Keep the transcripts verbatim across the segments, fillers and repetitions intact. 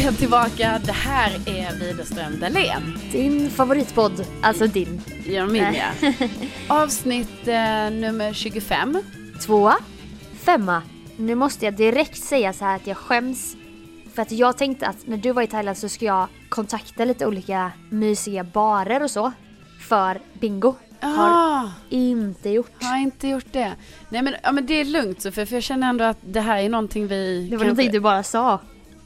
Äntligen tillbaka. Det här är Widerström Dahlén. Din favoritpodd, alltså din. Ja, min ja. Avsnitt eh, nummer tjugofem. Tvåa, femma. Nu måste jag direkt säga så här att jag skäms. För att jag tänkte att när du var i Thailand så skulle jag kontakta lite olika mysiga barer och så. För bingo. Har Ah, inte gjort. har inte gjort det. Nej men, ja, men det är lugnt så för, för jag känner ändå att det här är någonting vi... Det var kanske... någonting du bara sa.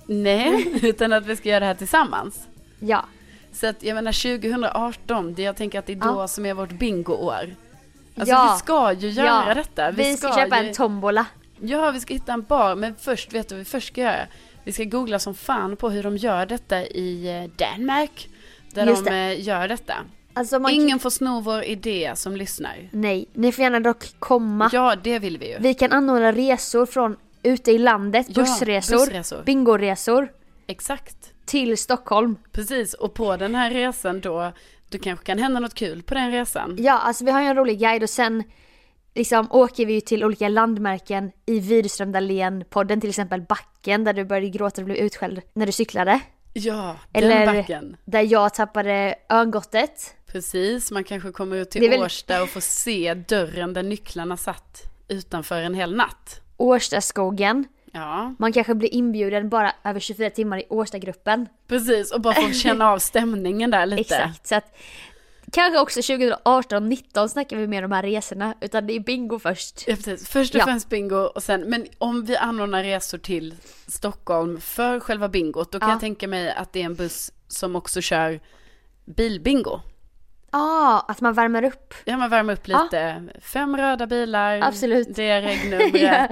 Nej, utan att vi ska göra det här tillsammans. Ja. Så att jag menar tjugo arton, det jag tänker att det är då Ja. som är vårt bingoår. Alltså Ja. vi ska ju göra Ja. detta. Vi ska, köpa ju... en tombola. Ja, vi ska hitta en bar. Men först, vet du vad vi först ska göra? Vi ska googla som fan på hur de gör detta i eh, Danmark. Där Just de det. eh, gör detta. Alltså man... Ingen får sno vår idé som lyssnar. Nej, ni får gärna dock komma. Ja, det vill vi ju. Vi kan anordna resor från ute i landet. Ja, Bussresor, bussresor. bingoresor Exakt. till Stockholm. Precis, och på den här resan då, du kanske kan hända något kul på den resan. Ja, alltså vi har ju en rolig guide och sen liksom åker vi ju till olika landmärken i Widerström Dahlén-podden, till exempel backen där du började gråta och blev utskälld när du cyklade. Ja, den Eller backen. där jag tappade örngottet. Precis, man kanske kommer ut till Det är väl- Årsta och får se dörren där nycklarna satt utanför en hel natt. Årstaskogen. Ja, Man kanske blir inbjuden bara över tjugofyra timmar i Årstagruppen. precis, och bara få känna av stämningen där lite. Exakt, så att kanske också tjugo arton nitton snackar vi mer om de här resorna, utan det är bingo först. Ja, precis. Först och Ja. främst bingo och sen, men om vi anordnar resor till Stockholm för själva bingot, då kan Ja. jag tänka mig att det är en buss som också kör bilbingo. Ja, ah, att man värmer upp. Ja, man värmer upp lite. Fem röda bilar. Absolut. Det är regnumret. Ja.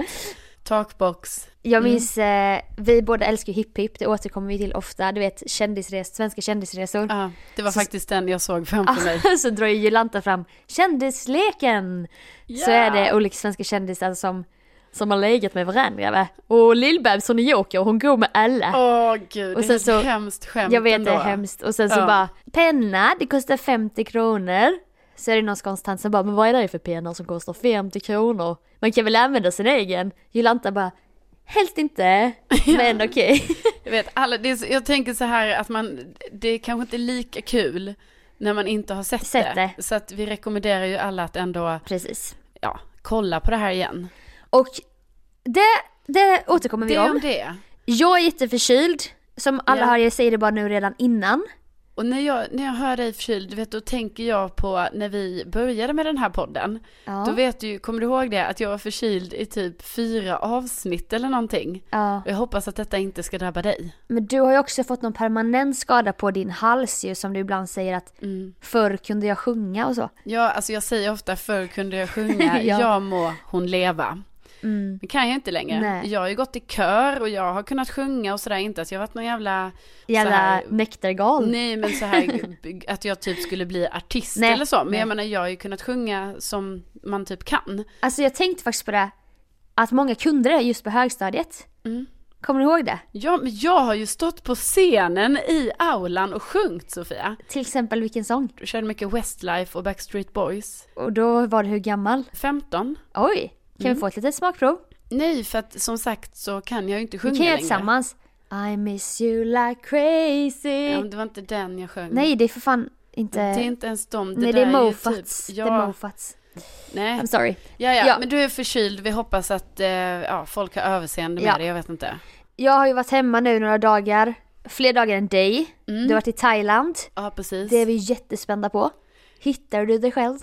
Takbox. Jag minns, eh, vi båda älskar Hipp Hipp, det återkommer vi till ofta. Du vet, kändisres, svenska kändisresor. Ja, det var Så- faktiskt den jag såg framför mig. Så drar ju Jolanta fram kändisleken. Så Ja. är det olika svenska kändisar som, som har legat med varandra. Va? Och Lill-Babs, hon är joker och hon går med alla. Åh gud, Och det sen är ett så- hemskt skämt Jag vet ändå. det är hemskt. Och sen så Ja. bara, penna, det kostar femtio kronor. Så är det någon konstant som bara, men vad är det för penna som kostar femtio kronor? Man kan väl använda sin egen. Jolanta bara, helst inte, men okej. Jag vet, alla, det är, så- jag tänker så här att man, det är kanske inte lika kul när man inte har sett, Sett det. det. Så att vi rekommenderar ju alla att ändå, Precis. ja, kolla på det här igen. Och det, det återkommer vi Det är om. om det. Jag är jätteförkyld. Som alla Ja. hör, jag säger det bara nu redan innan. Och när jag, när jag hör dig förkyld, du vet, då tänker jag på när vi började med den här podden. Ja. Då vet du ju, kommer du ihåg det? Att jag var förkyld i typ fyra avsnitt eller någonting. Ja. Och jag hoppas att detta inte ska drabba dig. Men du har ju också fått någon permanent skada på din hals ju, som du ibland säger att Mm. förr kunde jag sjunga och så. Ja, alltså jag säger ofta förr kunde jag sjunga, Ja. jag må hon leva. Mm. Det kan jag inte längre. Nej. Jag har ju gått i kör och jag har kunnat sjunga och sådär. Inte att jag har varit någon jävla... Jävla så här- nektargal. Nej, men så här att jag typ skulle bli artist Nej, eller så. Men nej. jag menar, jag har ju kunnat sjunga som man typ kan. Alltså jag tänkte faktiskt på det, att många kunde det just på högstadiet. Mm. Kommer du ihåg det? Ja, men jag har ju stått på scenen i aulan och sjungit, Sofia. Till exempel vilken sång? Jag körde mycket Westlife och Backstreet Boys. Och då var det hur gammal? femton. Oj, kan Mm. vi få ett litet smakprov? Nej, för att som sagt så kan jag ju inte Vi sjunga kan göra längre. tillsammans. I miss you like crazy. Ja, men det var inte den jag sjöng. Nej, det är för fan inte... Det är inte ens de. Det Nej, där det är ju Mofats. Typ, Det ja, är Mofats. nej. I'm sorry. Ja, ja, Ja. men du är förkyld. Vi hoppas att eh, ja, folk har överseende med Ja. det. Jag vet inte. Jag har ju varit hemma nu några dagar. Fler dagar än dig. Mm. Du har varit i Thailand. Ja, precis. Det är vi jättespända på. Hittar du dig själv?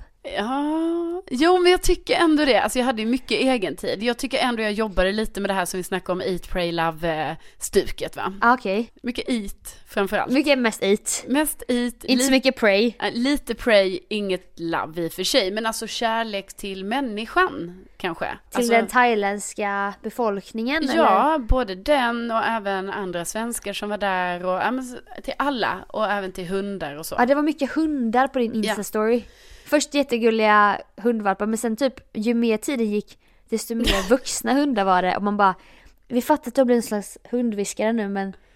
Ja, jo men jag tycker ändå det. Alltså jag hade ju mycket egen tid. Jag tycker ändå jag jobbade lite med det här som vi snackade om, Eat, Pray, Love-stuket va? Ah, okej. Mycket eat framförallt. Mycket är mest eat. Mest eat, Inte så mycket pray. äh, lite pray, inget love i och för sig. Men alltså kärlek till människan kanske. Till alltså, den thailändska befolkningen? eller? Ja, både den och även andra svenskar som var där. Och, ja, men, till alla och även till hundar och så. Ja, det var mycket hundar på din Insta-story. Först jättegulliga hundvalpar, men sen typ ju mer tiden gick desto mer vuxna hundar var det. Och man bara, vi fattar att du blir en slags hundviskare nu, men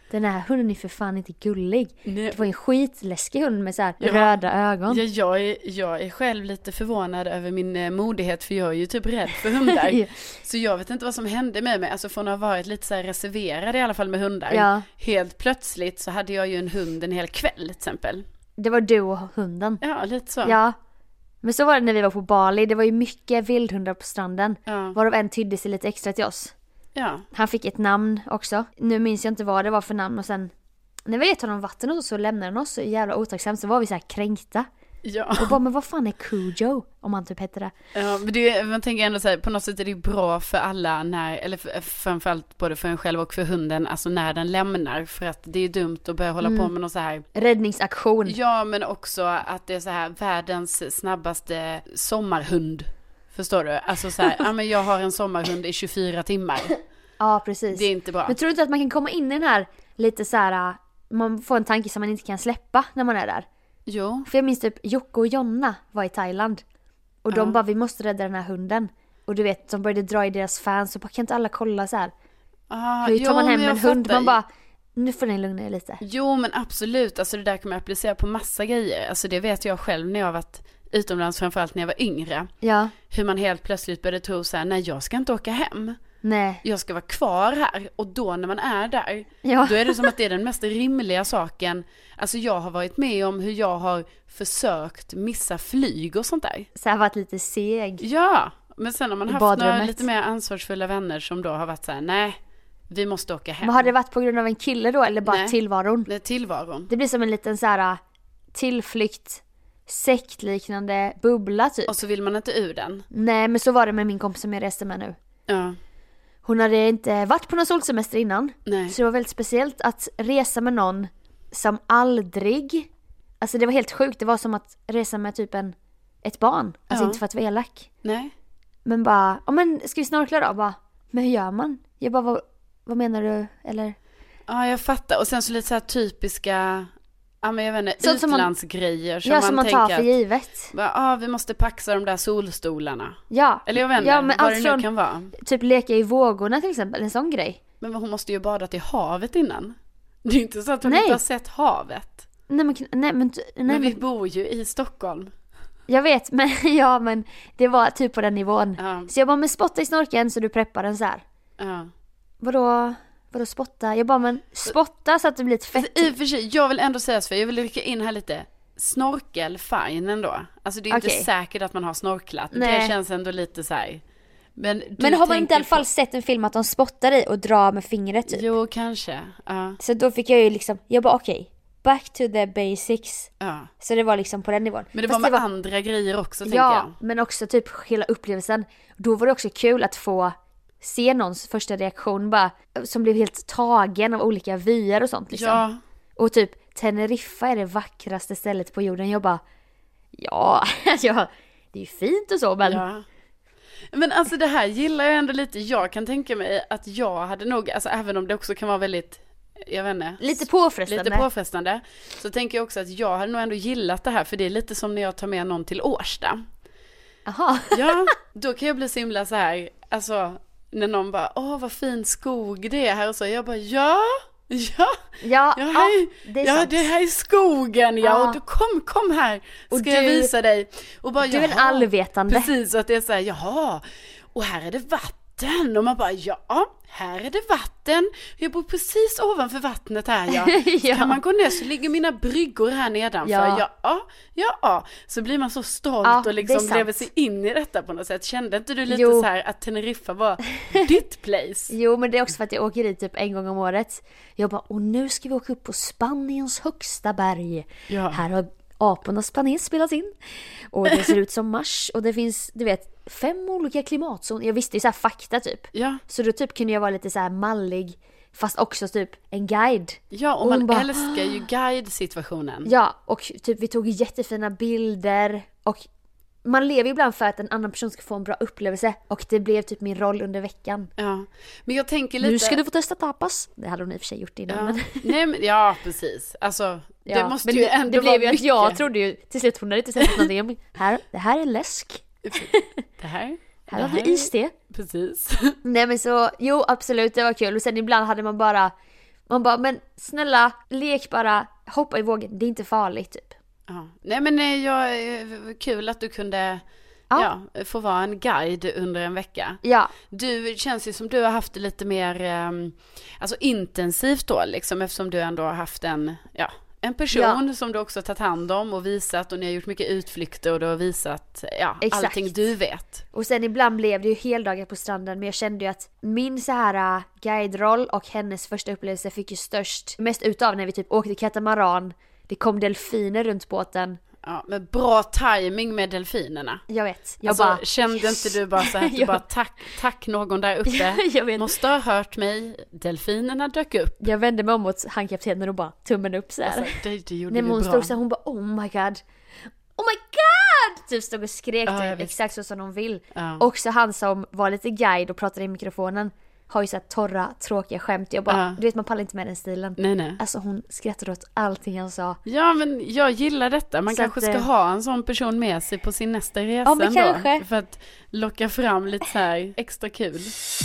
den här hunden är för fan inte gullig. Nej. Det var en skitläskig hund med så här Ja. röda ögon. Ja, jag, är, jag är själv lite förvånad över min eh, modighet, för jag är ju typ rädd för hundar. Ja. Så jag vet inte vad som hände med mig. Alltså från att ha varit lite så här reserverad i alla fall med hundar. Ja. Helt plötsligt så hade jag ju en hund en hel kväll till exempel. Det var du och hunden. Ja, lite så. Ja. Men så var det när vi var på Bali. Det var ju mycket vildhundar på stranden. Ja. Varav en tydde sig lite extra till oss. Ja. Han fick ett namn också. Nu minns jag inte vad det var för namn. Och sen när vi gett honom vatten och så lämnade han oss så jävla otacksamt. Så var vi så här kränkta. Ja. Och bara, men vad fan är Cujo? Om han typ hette det. Ja, men det, man tänker ändå så här, på något sätt är det bra för alla när, eller för, framförallt både för en själv och för hunden, alltså när den lämnar, för att det är dumt att börja hålla Mm. på med något så här. Räddningsaktion. Ja, men också att det är så här världens snabbaste sommarhund. Förstår du? Alltså så här, ja men jag har en sommarhund i tjugofyra timmar. Ja, precis. Det är inte bra. Men tror du inte att man kan komma in i den här lite så här, man får en tanke som man inte kan släppa när man är där? Jo. För jag minns typ Jocke och Jonna var i Thailand. Och de Ja. bara, vi måste rädda den här hunden. Och du vet, de började dra i deras fans och bara, kan inte alla kolla så här? Ah, Hur tar jo, man hem men jag en hund? fattar. Man bara, nu får ni lugna er lite. Jo, men absolut. Alltså det där kan man applicera på massa grejer. Alltså det vet jag själv när jag har varit utomlands, framförallt när jag var yngre. Ja, Hur man helt plötsligt började tro så här, nej jag ska inte åka hem. nej. Jag ska vara kvar här. Och då när man är där, Ja. då är det som att det är den mest rimliga saken. Alltså jag har varit med om hur jag har försökt missa flyg och sånt där. Så här varit lite seg. Ja, men sen har man I haft några badrummet. lite mer ansvarsfulla vänner som då har varit så här, nej, vi måste åka hem. Men har det varit på grund av en kille då eller bara Nej. tillvaron? Det är tillvaron. Det blir som en liten så här tillflykt, sektliknande bubbla typ. Och så vill man inte ur den. Nej, men så var det med min kompis som jag reste med nu. Ja, Hon hade inte varit på någon solsemester innan. nej. Så det var väldigt speciellt att resa med någon som aldrig... Alltså det var helt sjukt. Det var som att resa med typ en, ett barn. Alltså Ja. inte för att vara elak. Nej. Men bara, ja men ska vi snorkla då? Bara, men hur gör man? Jag bara, vad, vad menar du? Eller? Ja, jag fattar. Och sen så lite så här typiska, ja men jag vet inte, Sånt som man- utlandsgrejer som Ja, man, som man tänker tar för att, givet. ja ah, vi måste paxa de där solstolarna. Ja, Eller jag vet inte, ja, men vad allt det nu från kan vara. typ leka i vågorna till exempel. En sån grej. Men hon måste ju badat i havet innan. Det är inte så att hon Nej. inte har sett havet. Nej men, nej, men, nej, Men vi men bor ju i Stockholm. jag vet, men ja men det var typ på den nivån. Ja, Så jag bara, men spotta i snorken så du preppar den så här. ja. Vadå, vadå spotta? Jag bara, men spotta så att det blir ett fett. Alltså, i och för sig, jag vill ändå säga så, jag vill rycka in här lite. Snorkel, fine ändå. Alltså det är inte Okej. säkert att man har snorklat. Nej. Det känns ändå lite så här. Men, du Men har man inte i tänker alla fall på- sett en film att de spottar i och drar med fingret typ? Jo, kanske. Ja, Så då fick jag ju liksom, jag bara okej, back to the basics. ja. Så det var liksom på den nivån. Men det Fast var med andra grejer också, tänker ja, jag. men också typ hela upplevelsen. Då var det också kul att få se någons första reaktion bara, som blev helt tagen av olika vyer och sånt liksom. Ja, Och typ Teneriffa är det vackraste stället på jorden. Jag bara, ja, ja det är ju fint och så men ja. Men alltså det här gillar jag ändå lite. Jag kan tänka mig att jag hade nog, alltså även om det också kan vara väldigt, jag vet inte, lite påfrestande. lite påfrestande, så tänker jag också att jag hade nog ändå gillat det här, för det är lite som när jag tar med någon till Årsta. Aha. Ja, då kan jag bli så himla så här, alltså när någon bara, åh vad fin skog det är här och så, jag bara, ja, ja, Ja, ja, ja, här, det är ja sant. det här är skogen, ja, Ja. och du kom, kom här, ska Och jag du- visa dig. Och bara, Du är en jaha. allvetande. Precis, och att det är så här, jaha, och här är det vatten. Och man bara, ja, här är det vatten. Jag bor precis ovanför vattnet här, ja. Så Ja. kan man gå ner så ligger mina bryggor här nedanför. Ja. Ja, ja, ja. Så blir man så stolt Ja, och det är liksom sant. lever sig in i detta på något sätt. Kände inte du lite Jo. så här att Teneriffa var ditt place? Jo, men det är också för att jag åker dit typ en gång om året. Jag bara, och nu ska vi åka upp på Spaniens högsta berg. Ja. Här har apornas planet spelats in. Och det ser ut som Mars. Och det finns, du vet, fem olika klimatzoner. Jag visste ju så här fakta typ. Ja, Så då typ kunde jag vara lite så här mallig. Fast också typ en guide. ja, och Och man hon bara, älskar ju guide-situationen. Ja, och typ vi tog jättefina bilder. Och man lever ju ibland för att en annan person ska få en bra upplevelse. Och det blev typ min roll under veckan. Ja, men jag tänker lite... Nu ska du få testa tapas. Det hade hon i och för sig gjort innan. Ja, Men... Nej, men, ja precis. Alltså, det Ja, måste men ju det, ändå det blev vara ju att mycket. jag trodde ju till slut hon hade inte sett någonting. Jag bara, här, det här är läsk. Det här, Här det har vi iste. Precis. Nej men så, jo absolut det var kul. Och sen ibland hade man bara Man bara, men snälla, lek bara, hoppa i vågen, det är inte farligt typ. Ja. Nej men nej, jag, kul att du kunde ja. Ja, få vara en guide under en vecka. Ja. Du känns ju som du har haft det lite mer um, alltså intensivt då liksom, eftersom du ändå har haft en, ja, en person ja. Som du också har tagit hand om och visat, och ni har gjort mycket utflykter och du har visat ja, allting du vet. Och sen ibland blev det ju heldagar på stranden, men jag kände ju att min så här uh, guide-roll och hennes första upplevelse fick ju störst, mest utav när vi typ åkte katamaran. Det kom delfiner runt båten. Ja, men bra timing med delfinerna. Jag vet. Jag alltså, bara, kände yes. inte du bara så här att du bara tack, tack någon där uppe. Jag vet. Måste ha hört mig. Delfinerna dök upp. Jag vände mig om mot handkaptenen och bara tummen upp så här. Alltså, det, det gjorde Nej, vi hon bra. stod så här, hon bara oh my god. Oh my god! Typ stod och skrek ja, typ, exakt så som hon vill. Ja. Också han som var lite guide och pratade i mikrofonen har ju så här torra, tråkiga skämt. Jag bara, ja. du vet man pallar inte med den stilen. Nej, nej. Alltså hon skrattade åt allting han sa. Ja, men jag gillar detta. Man så kanske att, ska ha en sån person med sig på sin nästa resa ja, men ändå, kanske. för att locka fram lite så här extra kul.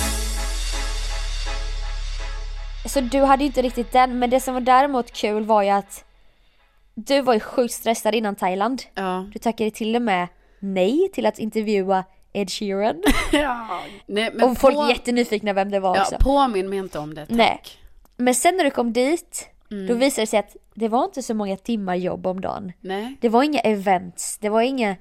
Så du hade ju inte riktigt den, men det som var däremot kul var ju att du var ju sjukt stressad innan Thailand. Ja. Du tackade till och med nej till att intervjua Ed Sheeran. Ja. Nej, men och folk på... är jättenyfikna vem det var ja, också. Påminn mig inte om det, tack. Nej. Men sen när du kom dit, mm. då visade det sig att det var inte så många timmar jobb om dagen. Nej. Det var inga events, det var inga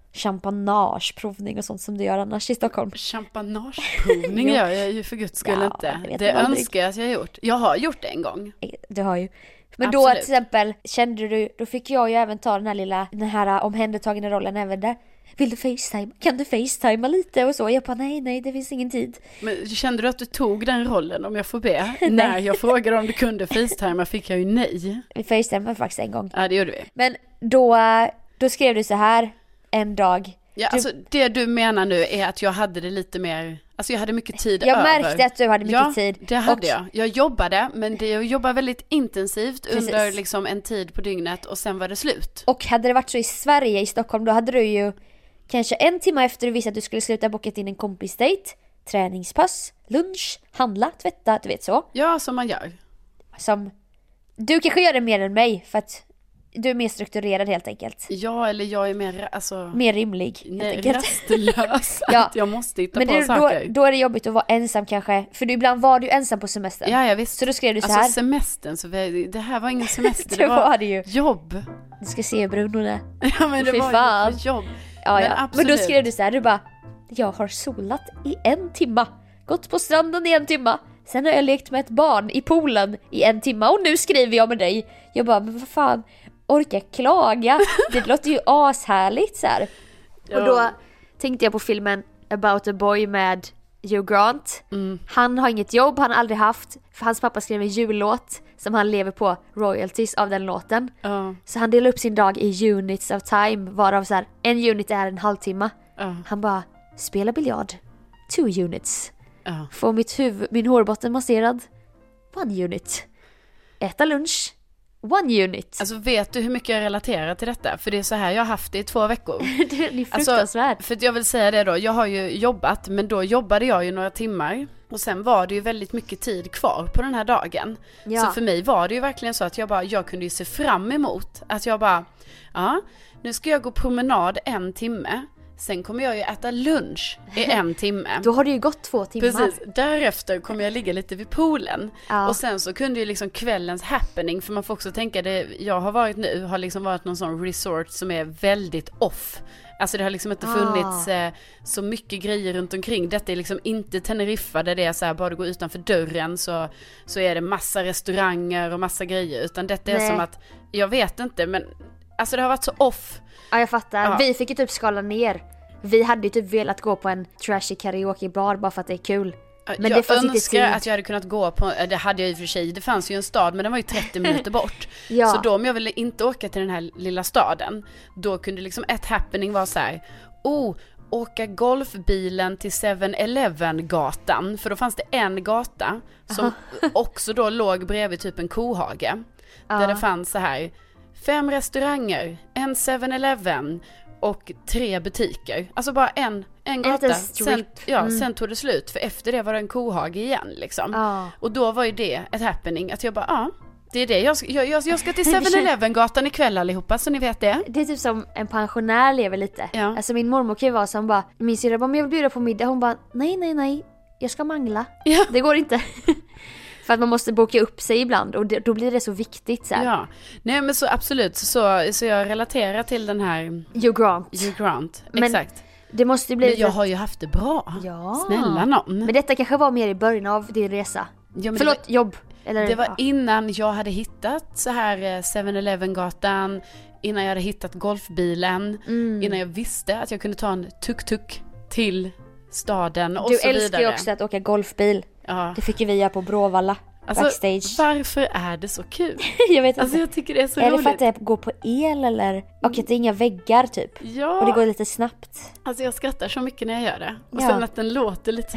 champagneprovning och sånt som du gör annars i Stockholm. Champagneprovning gör jag ju för guds skull ja, inte. Det önskar jag att jag har gjort. Jag har gjort det en gång. Du har ju. Men absolut. Då till exempel kände du, då fick jag ju även ta den här lilla, den här omhändertagande rollen även där. Vill du FaceTime? Kan du FaceTime lite och så? Jag bara nej, nej, det finns ingen tid. Men kände du att du tog den rollen, om jag får be? När jag frågade om du kunde FaceTime fick jag ju nej. Vi FaceTime faktiskt en gång. Ja, det gjorde vi. Men då, då skrev du så här en dag. Ja, du... alltså det du menar nu är att jag hade det lite mer, alltså jag hade mycket tid jag över. Jag märkte att du hade mycket ja, tid. det hade och... jag. Jag jobbade, men det, jag jobbade väldigt intensivt. Precis. Under liksom en tid på dygnet och sen var det slut. Och hade det varit så i Sverige, i Stockholm, då hade du ju kanske en timme efter du visste att du skulle sluta bokat in en kompisdejt, träningspass, lunch, handla, tvätta, du vet så. Ja, som man gör. Som, du kanske gör det mer än mig för att du är mer strukturerad helt enkelt. Ja, eller jag är mer, alltså... mer rimlig. Nej, restlös. Ja. Att jag måste hitta men på det, saker. Då, då är det jobbigt att vara ensam kanske. För du, ibland var du ensam på semestern. Ja, jag visst. Så då skrev du så alltså, här. semestern, så vi, det här var ingen semester. det, det var, var det ju. Jobb. Du ska se Bruno där. Ja, men det Fy var fan. ju jobb. Ja, men, ja. men då skrev du så här, du bara, jag har solat i en timma. Gått på stranden i en timma. Sen har jag lekt med ett barn i poolen i en timma. Och nu skriver jag med dig. Jag bara, men vad fan, orkar klaga? Det låter ju ashärligt så här. Ja. Och då tänkte jag på filmen About a Boy med Hugh Grant. Mm. Han har inget jobb, han har aldrig haft. För hans pappa skrev en jullåt som han lever på royalties av den låten. Uh. Så han delar upp sin dag i units of time, varav så här, en unit är en halvtimme. Uh. Han bara, spela biljard, two units. Uh. Få mitt huvud, min hårbotten masserad, one unit. Äta lunch, one unit. Alltså vet du hur mycket jag relaterar till detta? För det är så här, jag har haft det i två veckor. Det är fruktansvärt. Alltså, för jag vill säga det då, jag har ju jobbat, men då jobbade jag ju några timmar. Och sen var det ju väldigt mycket tid kvar på den här dagen. Ja. Så för mig var det ju verkligen så att jag bara, jag kunde ju se fram emot att jag bara, ja, nu ska jag gå promenad en timme. Sen kommer jag ju äta lunch i en timme. Då har det ju gått två timmar. Precis, därefter kommer jag ligga lite vid poolen. Ja. Och sen så kunde ju liksom kvällens happening, för man får också tänka det, jag har varit nu, har liksom varit någon sån resort som är väldigt off. Alltså det har liksom inte funnits ah. eh, så mycket grejer runt omkring. Detta är liksom inte Teneriffa där det är så här, bara du går utanför dörren så, så är det massa restauranger och massa grejer. Utan detta är Nej. som att, jag vet inte, men alltså det har varit så off. Ja, jag fattar. Ja. Vi fick ju typ skala ner. Vi hade ju typ velat gå på en trashy karaokebar bara för att det är kul. Men jag det fanns önskar inte att jag hade kunnat gå på, det hade jag i och för sig, det fanns ju en stad men den var ju trettio minuter bort. Ja. Så då om jag ville inte åka till den här lilla staden, då kunde liksom ett happening vara så här: oh, åka golfbilen till seven eleven gatan, för då fanns det en gata som Aha. också då låg bredvid typ en kohage. Ja. Där det fanns så här fem restauranger, en seven eleven och tre butiker. Alltså bara en, en gata. Sen, ja, mm. sen tog det slut. För efter det var det en kohage igen liksom. Ah. Och då var ju det ett happening. Att jag bara, ja, ah, det är det. Jag, jag, jag ska till seven eleven-gatan ikväll allihopa, så ni vet det. Det är typ som en pensionär lever lite. Ja. Alltså min mormor kan ju vara som bara, min syrra bara, men jag vill bjuda på middag. Hon bara, nej, nej, nej. Jag ska mangla. Ja. Det går inte. För att man måste boka upp sig ibland. Och det, då blir det så viktigt så här. Ja, nej men så absolut. Så, så jag relaterar till den här Hugh Grant. Hugh Grant, men exakt. Det måste bli. Men jag har ju haft det bra. Ja. Snälla någon. Men detta kanske var mer i början av din resa. Ja, Förlåt, det var, jobb. Eller, det var ja. innan jag hade hittat så här seven eleven-gatan. Innan jag hade hittat golfbilen. Mm. Innan jag visste att jag kunde ta en tuk-tuk till staden och du så vidare. Du älskar ju också att åka golfbil. Ja. Det fick ju vi göra på Bråvalla. Alltså, backstage. Varför är det så kul? Jag vet inte. Alltså jag tycker det är så är roligt. Är det för att det går på el eller? Och att det är inga väggar typ. Ja. Och det går lite snabbt. Alltså jag skrattar så mycket när jag gör det. Och ja. sen att den låter lite så.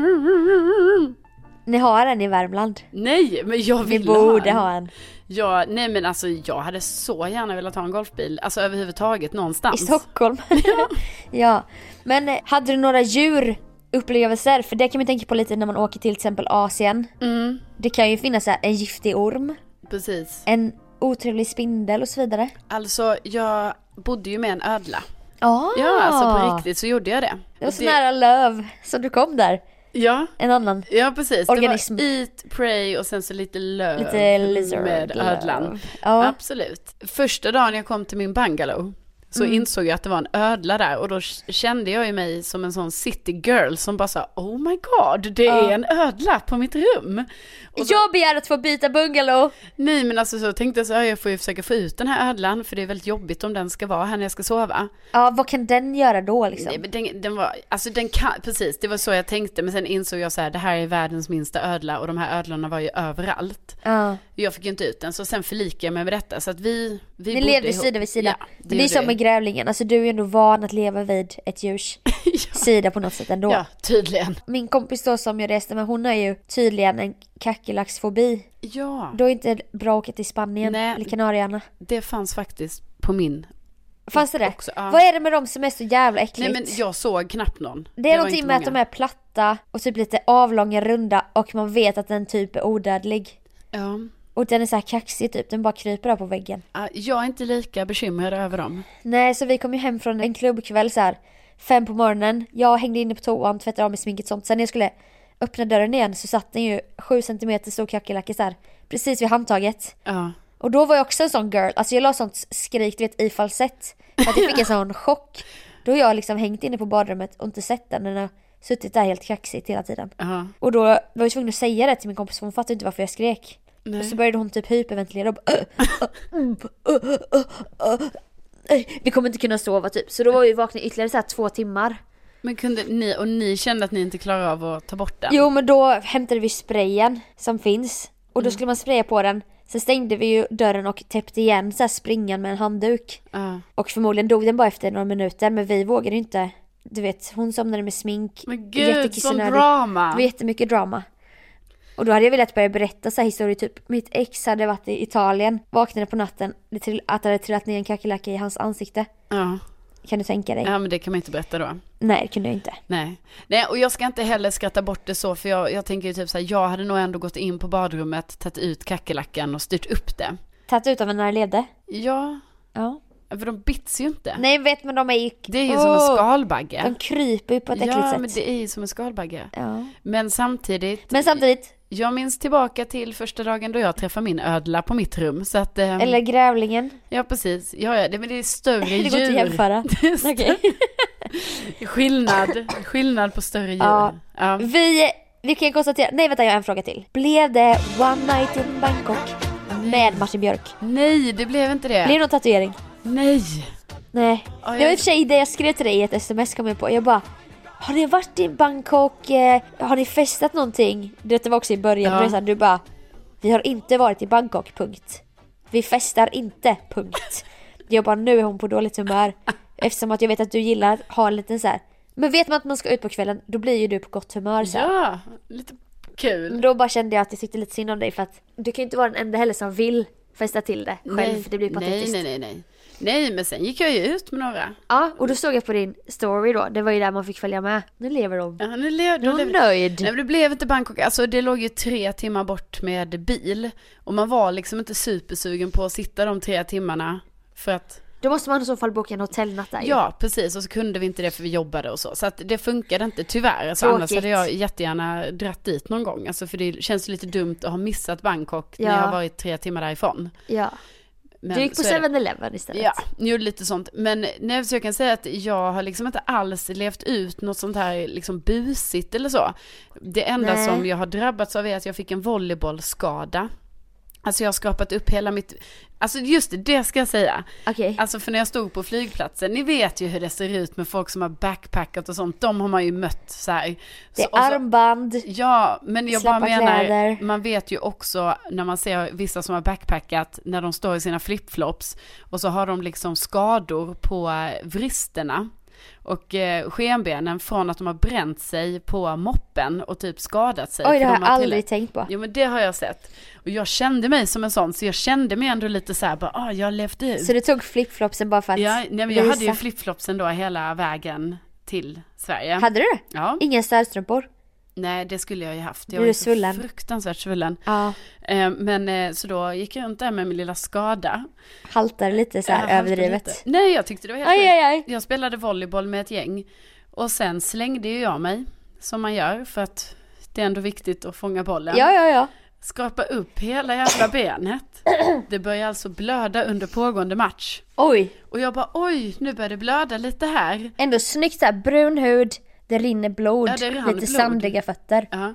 Ni har en i Värmland. Nej, men jag vill Vi borde ha en. ha en. Ja, nej men alltså jag hade så gärna velat ha en golfbil. Alltså överhuvudtaget någonstans. I Stockholm. Ja. Ja. Men hade du några djurupplevelser? För det kan man tänka på lite när man åker till exempel Asien. Mm. Det kan ju finnas en giftig orm. Precis. En otrevlig spindel och så vidare. Alltså jag bodde ju med en ödla. Ah. Ja, alltså på riktigt så gjorde jag det. Det var så det... nära löv så du kom där. Ja. En annan ja, precis. organism. Det var eat, pray och sen så lite löv lite lizard, med ödlan. Ja. Absolut. Första dagen jag kom till min bungalow så mm. insåg jag att det var en ödla där. Och då kände jag ju mig som en sån city girl som bara sa, oh my god, det är ja. en ödla på mitt rum. Och så, jag begär att få byta bungalow. Nej men alltså så tänkte jag så här, jag får ju försöka få ut den här ödlan. För det är väldigt jobbigt om den ska vara här när jag ska sova. Ja, vad kan den göra då liksom? Nej men den, den var, alltså den kan, precis, det var så jag tänkte. Men sen insåg jag så här, det här är världens minsta ödla. Och de här ödlorna var ju överallt. Ja. Jag fick ju inte ut den, så sen förlikade jag mig med detta. Så att vi, vi Ni levde sida vid sida. Ja, det, det är som med grävlingen, alltså du är ju ändå van att leva vid ett djurs ja. sida på något sätt ändå. Ja, tydligen. Min kompis då som jag reste med, hon har ju tydligen en kackerlacksfobi. Ja. Då är det inte bra att åka till Spanien. Nej, eller Kanarieöarna. Det fanns faktiskt på min. Fanns det det? Också, ja. Vad är det med dem som är så jävla äckligt? Nej men jag såg knappt någon. Det är det någonting med många. Att de är platta och typ lite avlånga, runda och man vet att den typ är odödlig. Ja. Och den är så här kaxig typ, den bara kryper där på väggen. Jag är inte lika bekymrad över dem. Nej, så vi kom ju hem från en klubbkväll så här fem på morgonen. Jag hängde inne på toan, tvättade av med sminket och sånt. Sen när jag skulle öppna dörren igen så satt den ju sju centimeter stor kackerlacka så här, precis vid handtaget. Ja. Och då var jag också en sån girl. Alltså jag la sånt skrik, du vet, i falsett. För att jag fick en sån chock. Då har jag liksom hängt inne på badrummet och inte sett den. Den har suttit där helt kaxigt hela tiden. Uh-huh. Och då var jag tvungen att säga det till min kompis, för hon fattade inte varför jag skrek. Nej. Och så började hon typ hyperventilera och bara, vi kommer inte kunna sova typ. Så då var vi vakna ytterligare så här två timmar. Men kunde ni, och ni kände att ni inte klarar av att ta bort den? Jo, men då hämtade vi sprayen som finns. Och då skulle man spraya på den. Sen stängde vi ju dörren och täppte igen så här springan med en handduk. Uh. Och förmodligen dog den bara efter några minuter. Men vi vågade inte. Du vet, hon somnade med smink. Men gud, sån drama. Det var jättemycket drama. Och då hade jag velat börja berätta så här historier. Typ, mitt ex hade varit i Italien. Vaknade på natten att det hade trillat ner en kackerlacka i hans ansikte. Ja. Uh. Kan du tänka dig? Ja, men det kan man inte berätta då. Nej, det kunde jag inte. Nej. Nej, och jag ska inte heller skratta bort det så. För jag, jag tänker ju typ så här, jag hade nog ändå gått in på badrummet, tagit ut kackerlackan och styrt upp det. Tagit ut av när det levde? Ja. Ja. För de bits ju inte. Nej, vet man, de är ju... Det är ju oh, som en skalbagge. De kryper ju på ett äckligt ja, sätt. Ja, men det är ju som en skalbagge. Ja. Men samtidigt... Men samtidigt... Jag minns tillbaka till första dagen då jag träffade min ödla på mitt rum. Så att, ähm, eller grävlingen. Ja, precis. Ja, ja, det, men det är större djur. Det går inte att jämföra. Okej. skillnad, skillnad på större djur. Ja. Ja. Vi, vi kan konstatera... Nej, vänta, jag har en fråga till. Blev det One Night in Bangkok med Martin Björk? Nej, det blev inte det. Blev det någon tatuering? Nej. Nej. Ja, jag... Det var i och för sig det jag skrev till dig i ett sms, kom jag på. Jag bara... Har ni varit i Bangkok? Eh, har ni festat någonting? Det var också i början. Ja. Du bara, vi har inte varit i Bangkok, punkt. Vi festar inte, punkt. Jag bara, nu är hon på dåligt humör. Eftersom att jag vet att du gillar att ha en liten så här. Men vet man att man ska ut på kvällen, då blir ju du på gott humör så här. Ja, lite kul. Då bara kände jag att jag tyckte lite synd om dig. För att du kan ju inte vara den enda heller som vill festa till det själv. Nej, för det blir patetiskt. Nej, nej, nej, nej. Nej, men sen gick jag ju ut med några. Ja, och då såg jag på din story då. Det var ju där man fick följa med. Nu lever de. Ja, nu lever de. De är nöjd. Nej, men det blev inte Bangkok. Alltså det låg ju tre timmar bort med bil. Och man var liksom inte supersugen på att sitta de tre timmarna. För att... Då måste man i så fall boka en hotellnatt där. Ja, precis. Och så kunde vi inte det för vi jobbade och så. Så att det funkade inte, tyvärr. Alltså, annars hade jag jättegärna dratt dit någon gång. Alltså, för det känns lite dumt att ha missat Bangkok Ja. när jag har varit tre timmar därifrån. Ja. Men Du gick på så är det. seven eleven istället. Ja, jag gjorde lite sånt. Men nej, så jag kan säga att jag har liksom inte alls levt ut något sånt här liksom busigt eller så. Det enda Nej. som jag har drabbats av är att jag fick en volleybollskada. Alltså jag har skrapat upp hela mitt... Alltså just det, det ska jag säga. Okej. Alltså för när jag stod på flygplatsen, ni vet ju hur det ser ut med folk som har backpackat och sånt. De har man ju mött så här. Det Så, är och så, armband. ja, men jag slappa bara menar, kläder. man vet ju också när man ser vissa som har backpackat, när de står i sina flipflops och så har de liksom skador på vristerna och eh, skenbenen från att de har bränt sig på moppen och typ skadat sig. Oj, för det har de jag aldrig tillräckligt- tänkt på. Jo, men det har jag sett. Och jag kände mig som en sån, så jag kände mig ändå lite så här, bara, ah, jag har levt ut. Så du tog flipflopsen bara för att Ja, nej, men jag hade ju visa. flipflopsen då hela vägen till Sverige. Hade du det? Ja, Inga stödstrumpor? nej det skulle jag ju haft. Jag Blir var du ju så svullen? fruktansvärt svullen. Ja. Eh, Men eh, så då gick jag runt där med min lilla skada. Haltar lite så här Jag haltade överdrivet. lite. Nej, jag tyckte det var helt Aj, sjukt. aj, aj. Jag spelade volleyboll med ett gäng. Och sen slängde ju jag mig, som man gör, för att det är ändå viktigt att fånga bollen. Ja, ja, ja. Skrapa upp hela jävla benet. Det börjar alltså blöda under pågående match. Oj. Och jag bara, oj, nu börjar det blöda lite här. Ändå snyggt så här, brun hud. Det rinner blod. Ja, det rann lite blod. sandiga fötter. Ja.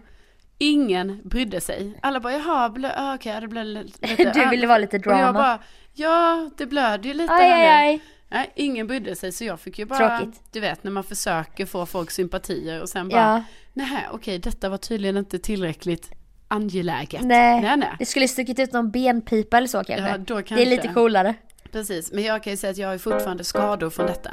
Ingen brydde sig. Alla bara, jaha, blö- ah, okej, det blev lite... Du ville vara lite Och jag drama. bara, ja, det blöder ju lite Aj, här aj, nu. aj. Nej, ingen brydde sig, så jag fick ju bara, Tråkigt. du vet, när man försöker få folks sympatier och sen bara, Ja. nej, okej, detta var tydligen inte tillräckligt angeläget. Nej. nej, nej. Det skulle stuckit ut någon benpipa eller så kanske. Ja, då Det kanske. är lite coolare. Precis, men jag kan ju säga att jag har ju fortfarande skador från detta.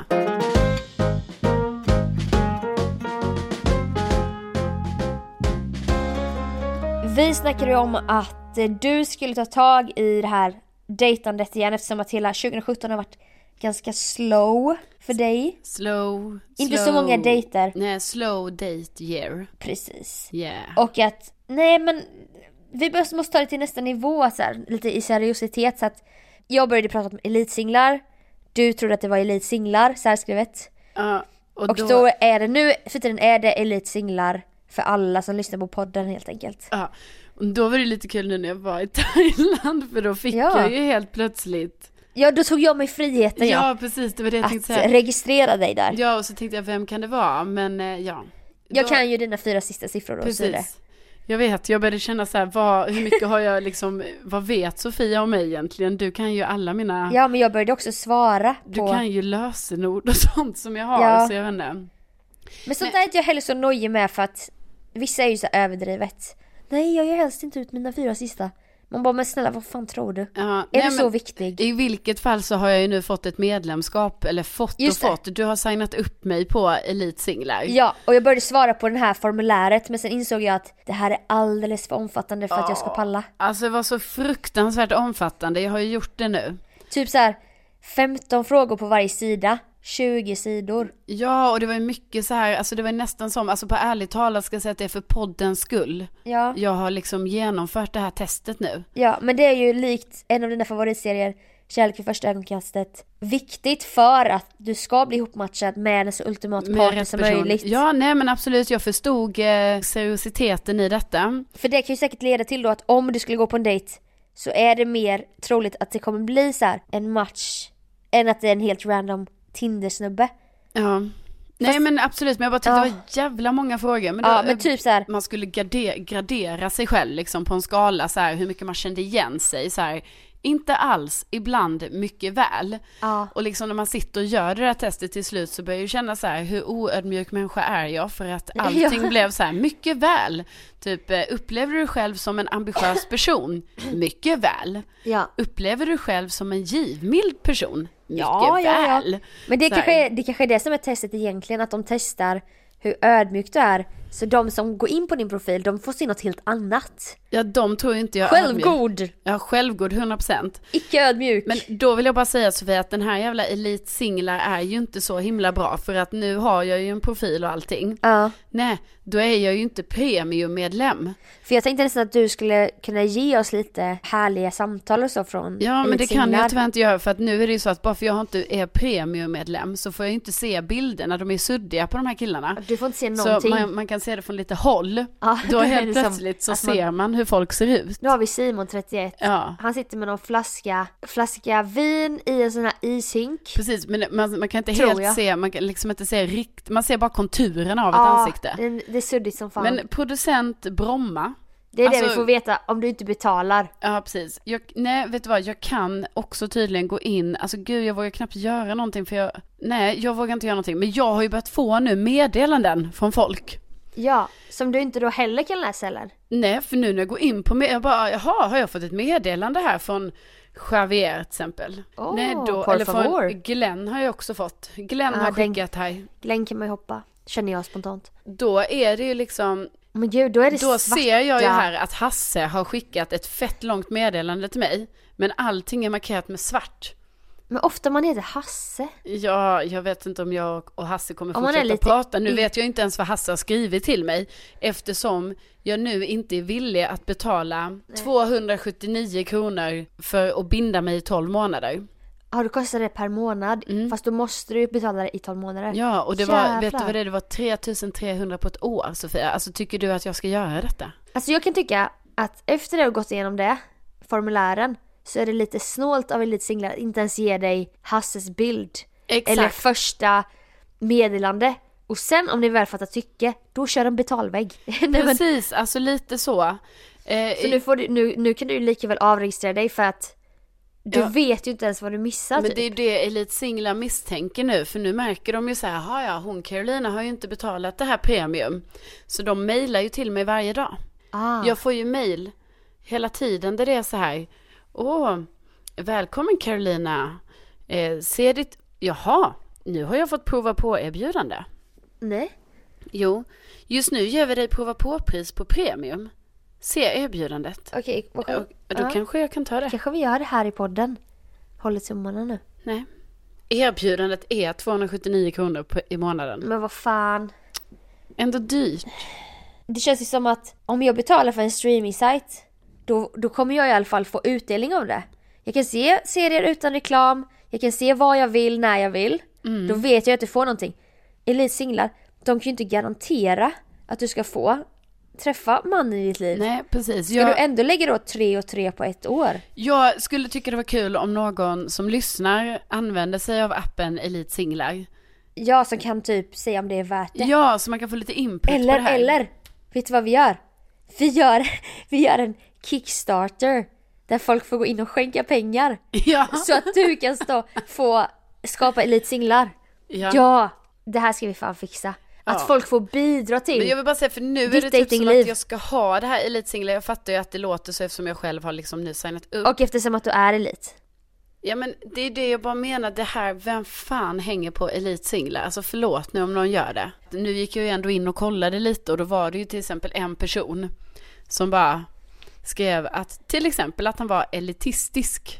Vi snackade ju om att eh, du skulle ta tag i det här dejtandet igen eftersom att hela tjugo sjutton har varit ganska slow för dig. Slow, Inte slow, så många dejter. Nej, slow date year. Precis. Yeah. Och att, nej men vi måste måste ta det till nästa nivå så här, lite i seriositet så att jag började prata om elitsinglar. Du trodde att det var elitsinglar, särskrivet. Ja, och, Och då, då är det nu, för tiden är det elitsinglar för alla som lyssnar på podden helt enkelt. ja, och då var det lite kul nu när jag var i Thailand, för då fick Ja. jag ju helt plötsligt. Ja, då tog jag mig friheten Ja, ja, precis, det var det jag tänkte att säga. registrera dig där. Ja, och så tänkte jag, vem kan det vara? Men eh, ja. Jag Då- kan ju dina fyra sista siffror då, så är det. Precis. Jag vet, jag började känna så här, vad, hur mycket har jag liksom, vad vet Sofia om mig egentligen? Du kan ju alla mina, Ja, men jag började också svara du på... kan ju lösenord och sånt som jag har, Ja. så jag vet inte. Men sånt där är inte jag heller så nojig med för att vissa är ju så överdrivet. Nej, jag ger helst inte ut mina fyra sista. Man bara, men snälla, vad fan tror du? Ja, Är nej, du så men viktig? i vilket fall så har jag ju nu fått ett medlemskap, eller fått Just och det. fått. Du har signat upp mig på elitsinglar. Ja, och jag började svara på det här formuläret, men sen insåg jag att det här är alldeles för omfattande för att jag ska palla. Alltså det var så fruktansvärt omfattande, jag har ju gjort det nu. Typ så här femton frågor på varje sida, tjugo sidor. Ja, och det var ju mycket så här, alltså det var nästan som, alltså på ärligt talat ska jag säga att det är för poddens skull. Ja. Jag har liksom genomfört det här testet nu. Ja, men det är ju likt en av dina favoritserier, Kärlek vid första ögonkastet, viktigt för att du ska bli ihopmatchad med en så ultimat Med partner rätt som person. möjligt. Ja, nej men absolut, jag förstod eh, seriositeten i detta. För det kan ju säkert leda till då att om du skulle gå på en dejt så är det mer troligt att det kommer bli så här en match än att det är en helt random Tinder-snubbe. Ja. Nej Fast- men absolut, men jag bara tyckte Ja. det var jävla många frågor. Men då, Ja, men typ så här. man skulle grade, gradera sig själv liksom på en skala så här, hur mycket man kände igen sig så här. Inte alls, ibland mycket väl. Ja. Och liksom när man sitter och gör det där testet till slut så börjar jag känna så här, hur oödmjuk människa är jag? För att allting Ja. blev så här, mycket väl. Typ, eh, upplever du dig själv som en ambitiös person? Mycket väl. Ja. Upplever du dig själv som en givmild person? Mycket Ja, ja, ja. väl. Men det Så här. kanske, är, det kanske är det som är testet egentligen, att de testar hur ödmjuk du är Så de som går in på din profil, de får se något helt annat. Ja, de tror inte jag Självgod. Ödmjuk. Ja, självgod hundra procent. Icke ödmjuk. Men då vill jag bara säga, Sofia, att den här jävla elitsinglar är ju inte så himla bra. För att nu har jag ju en profil och allting. Ja. Nej, då är jag ju inte premiummedlem. För jag tänkte nästan att du skulle kunna ge oss lite härliga samtal och så från Ja, men det kan jag tyvärr inte göra. För att nu är det ju så att bara för jag inte är premiummedlem så får jag inte se bilderna. De är suddiga på de här killarna. Du får inte se någonting. Så man, man kan se det från lite håll. Ja, då då helt som, plötsligt så man, ser man hur folk ser ut. Nu har vi Simon trettioett. Ja. Han sitter med någon flaska, flaska vin i en sån här ishink. Precis, men man, man kan inte Tror helt jag. se, man kan liksom inte se rikt, man ser bara konturerna av Ja, ett ansikte. Det, det är suddigt som fan. Men producent Bromma. Det är alltså, det vi får veta om du inte betalar. Ja, precis. Jag, nej, vet du vad? Jag kan också tydligen gå in. Alltså gud, jag vågar knappt göra någonting för jag... Nej, jag vågar inte göra någonting. Men jag har ju börjat få nu meddelanden från folk. Ja, som du inte då heller kan läsa eller? Nej, för nu när jag går in på... Med, jag bara, jaha, har jag fått ett meddelande här från Javier till exempel? Oh, nej, då, por eller favor. från Glenn har jag också fått. Glenn Ah, har den- skickat här. Glenn kan man ju hoppa, känner jag spontant. Då är det ju liksom... Men gud, då är det Då svarta. ser jag ju här att Hasse har skickat ett fett långt meddelande till mig. Men allting är markerat med svart. Men ofta man heter Hasse. Ja, jag vet inte om jag och Hasse kommer Om man är fortsätta lite prata. Nu i- vet jag inte ens vad Hasse har skrivit till mig. Eftersom jag nu inte är villig att betala tvåhundrasjuttionio kronor för att binda mig i tolv månader. Ja, då kostar det per månad. Mm. Fast då måste du ju betala det i tolv månader. Ja, och det var, vet du Jävlar. vad det, det var tre tusen trehundra på ett år, Sofia. Alltså tycker du att jag ska göra detta? Alltså jag kan tycka att efter att du har gått igenom det, formulären, så är det lite snålt av Elitsinglar att inte ens ge dig Hasses bild. Exakt. Eller första meddelande. Och sen om ni väl fattar tycke, då kör en betalvägg. Nej, men, Precis, alltså lite så. Eh, så nu, får du, nu, nu kan du ju lika väl avregistrera dig för att du Ja. vet ju inte ens vad du missar. Men typ. det är det Elitsinglar misstänker nu. För nu märker de ju så här, "Ha, ja, hon Carolina har ju inte betalat det här premium." Så de mejlar ju till mig varje dag. ah. Jag får ju mejl hela tiden där det är så här, åh, välkommen Carolina. Eh, se ditt, jaha, nu har jag fått prova på erbjudande. Nej. Jo, just nu ger vi dig prova på-pris på premium. Se erbjudandet. Okej, vad Och, kan- då ja. kanske jag kan ta det. Kanske vi gör det här i podden. Håller tummarna nu. Nej. Erbjudandet är tvåhundrasjuttionio kronor på, i månaden. Men vad fan. Ändå dyrt. Det känns ju som att om jag betalar för en streaming-sajt, då, då kommer jag i alla fall få utdelning av det. Jag kan se serier utan reklam. Jag kan se vad jag vill när jag vill. Mm. Då vet jag att du får någonting. Elitsinglar, de kan ju inte garantera att du ska få träffa mannen i ditt liv. Nej, precis. Ska Jag, du ändå lägga då tre och tre på ett år? jag skulle tycka det var kul om någon som lyssnar använder sig av appen Elitsinglar. Jag som kan typ säga om det är värt det. Ja, så man kan få lite input på det Eller, här. eller, vet du vad vi gör? Vi gör, vi gör en Kickstarter där folk får gå in och skänka pengar. Ja. Så att du kan stå, få skapa elitsinglar. Ja. Ja, det här ska vi fan fixa. Att Ja. folk får bidra till. Men jag vill bara säga, för nu är Ditt det typ som datingliv. att jag ska ha det här Elitsinglar. Jag fattar ju att det låter så eftersom jag själv har liksom nu signat upp. Och eftersom att du är elit. Ja, men det är det jag bara menar, det här, vem fan hänger på Elitsinglar? Alltså förlåt nu om någon gör det. Nu gick jag ju ändå in och kollade lite och då var det ju till exempel en person som bara skrev att till exempel att han var elitistisk.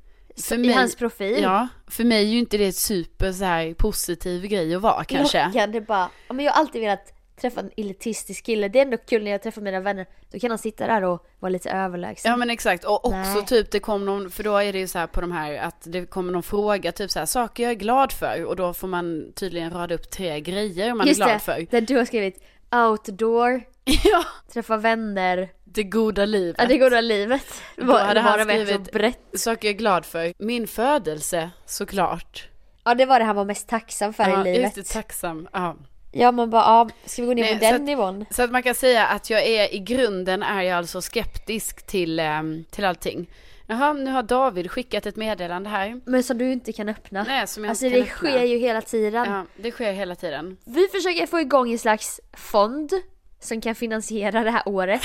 För I hans profil. Ja, för mig är ju inte det ett super så här positiv grej att vara kanske. Lockande bara. Ja, men jag har alltid velat träffa en elitistisk kille. Det är ändå kul när jag träffar mina vänner. Då kan han sitta där och vara lite överlägsen. Ja, men exakt, och också Nej. typ det kom någon, för då är det ju så här på de här att det kommer någon fråga typ så här, saker jag är glad för, och då får man tydligen rada upp tre grejer man Just är glad det, för. där du har skrivit outdoor, Ja, träffa vänner, det goda livet. ja, det goda livet. Då hade han det med så skrivit- brett. Saker jag är glad för. Min födelse, såklart. Ja, det var det han var mest tacksam för Ja, i livet. just det, tacksam. Ja. Ja, man bara, ja, ska vi gå ner Nej, på den så att- nivån? Så att man kan säga att jag är i grunden är jag alltså skeptisk till, ehm, till allting. Jaha, nu har David skickat ett meddelande här. Men som du inte kan öppna. Nej, som jag Alltså inte det kan öppna. sker ju hela tiden. Ja, det sker hela tiden. Vi försöker få igång en slags fond som kan finansiera det här året.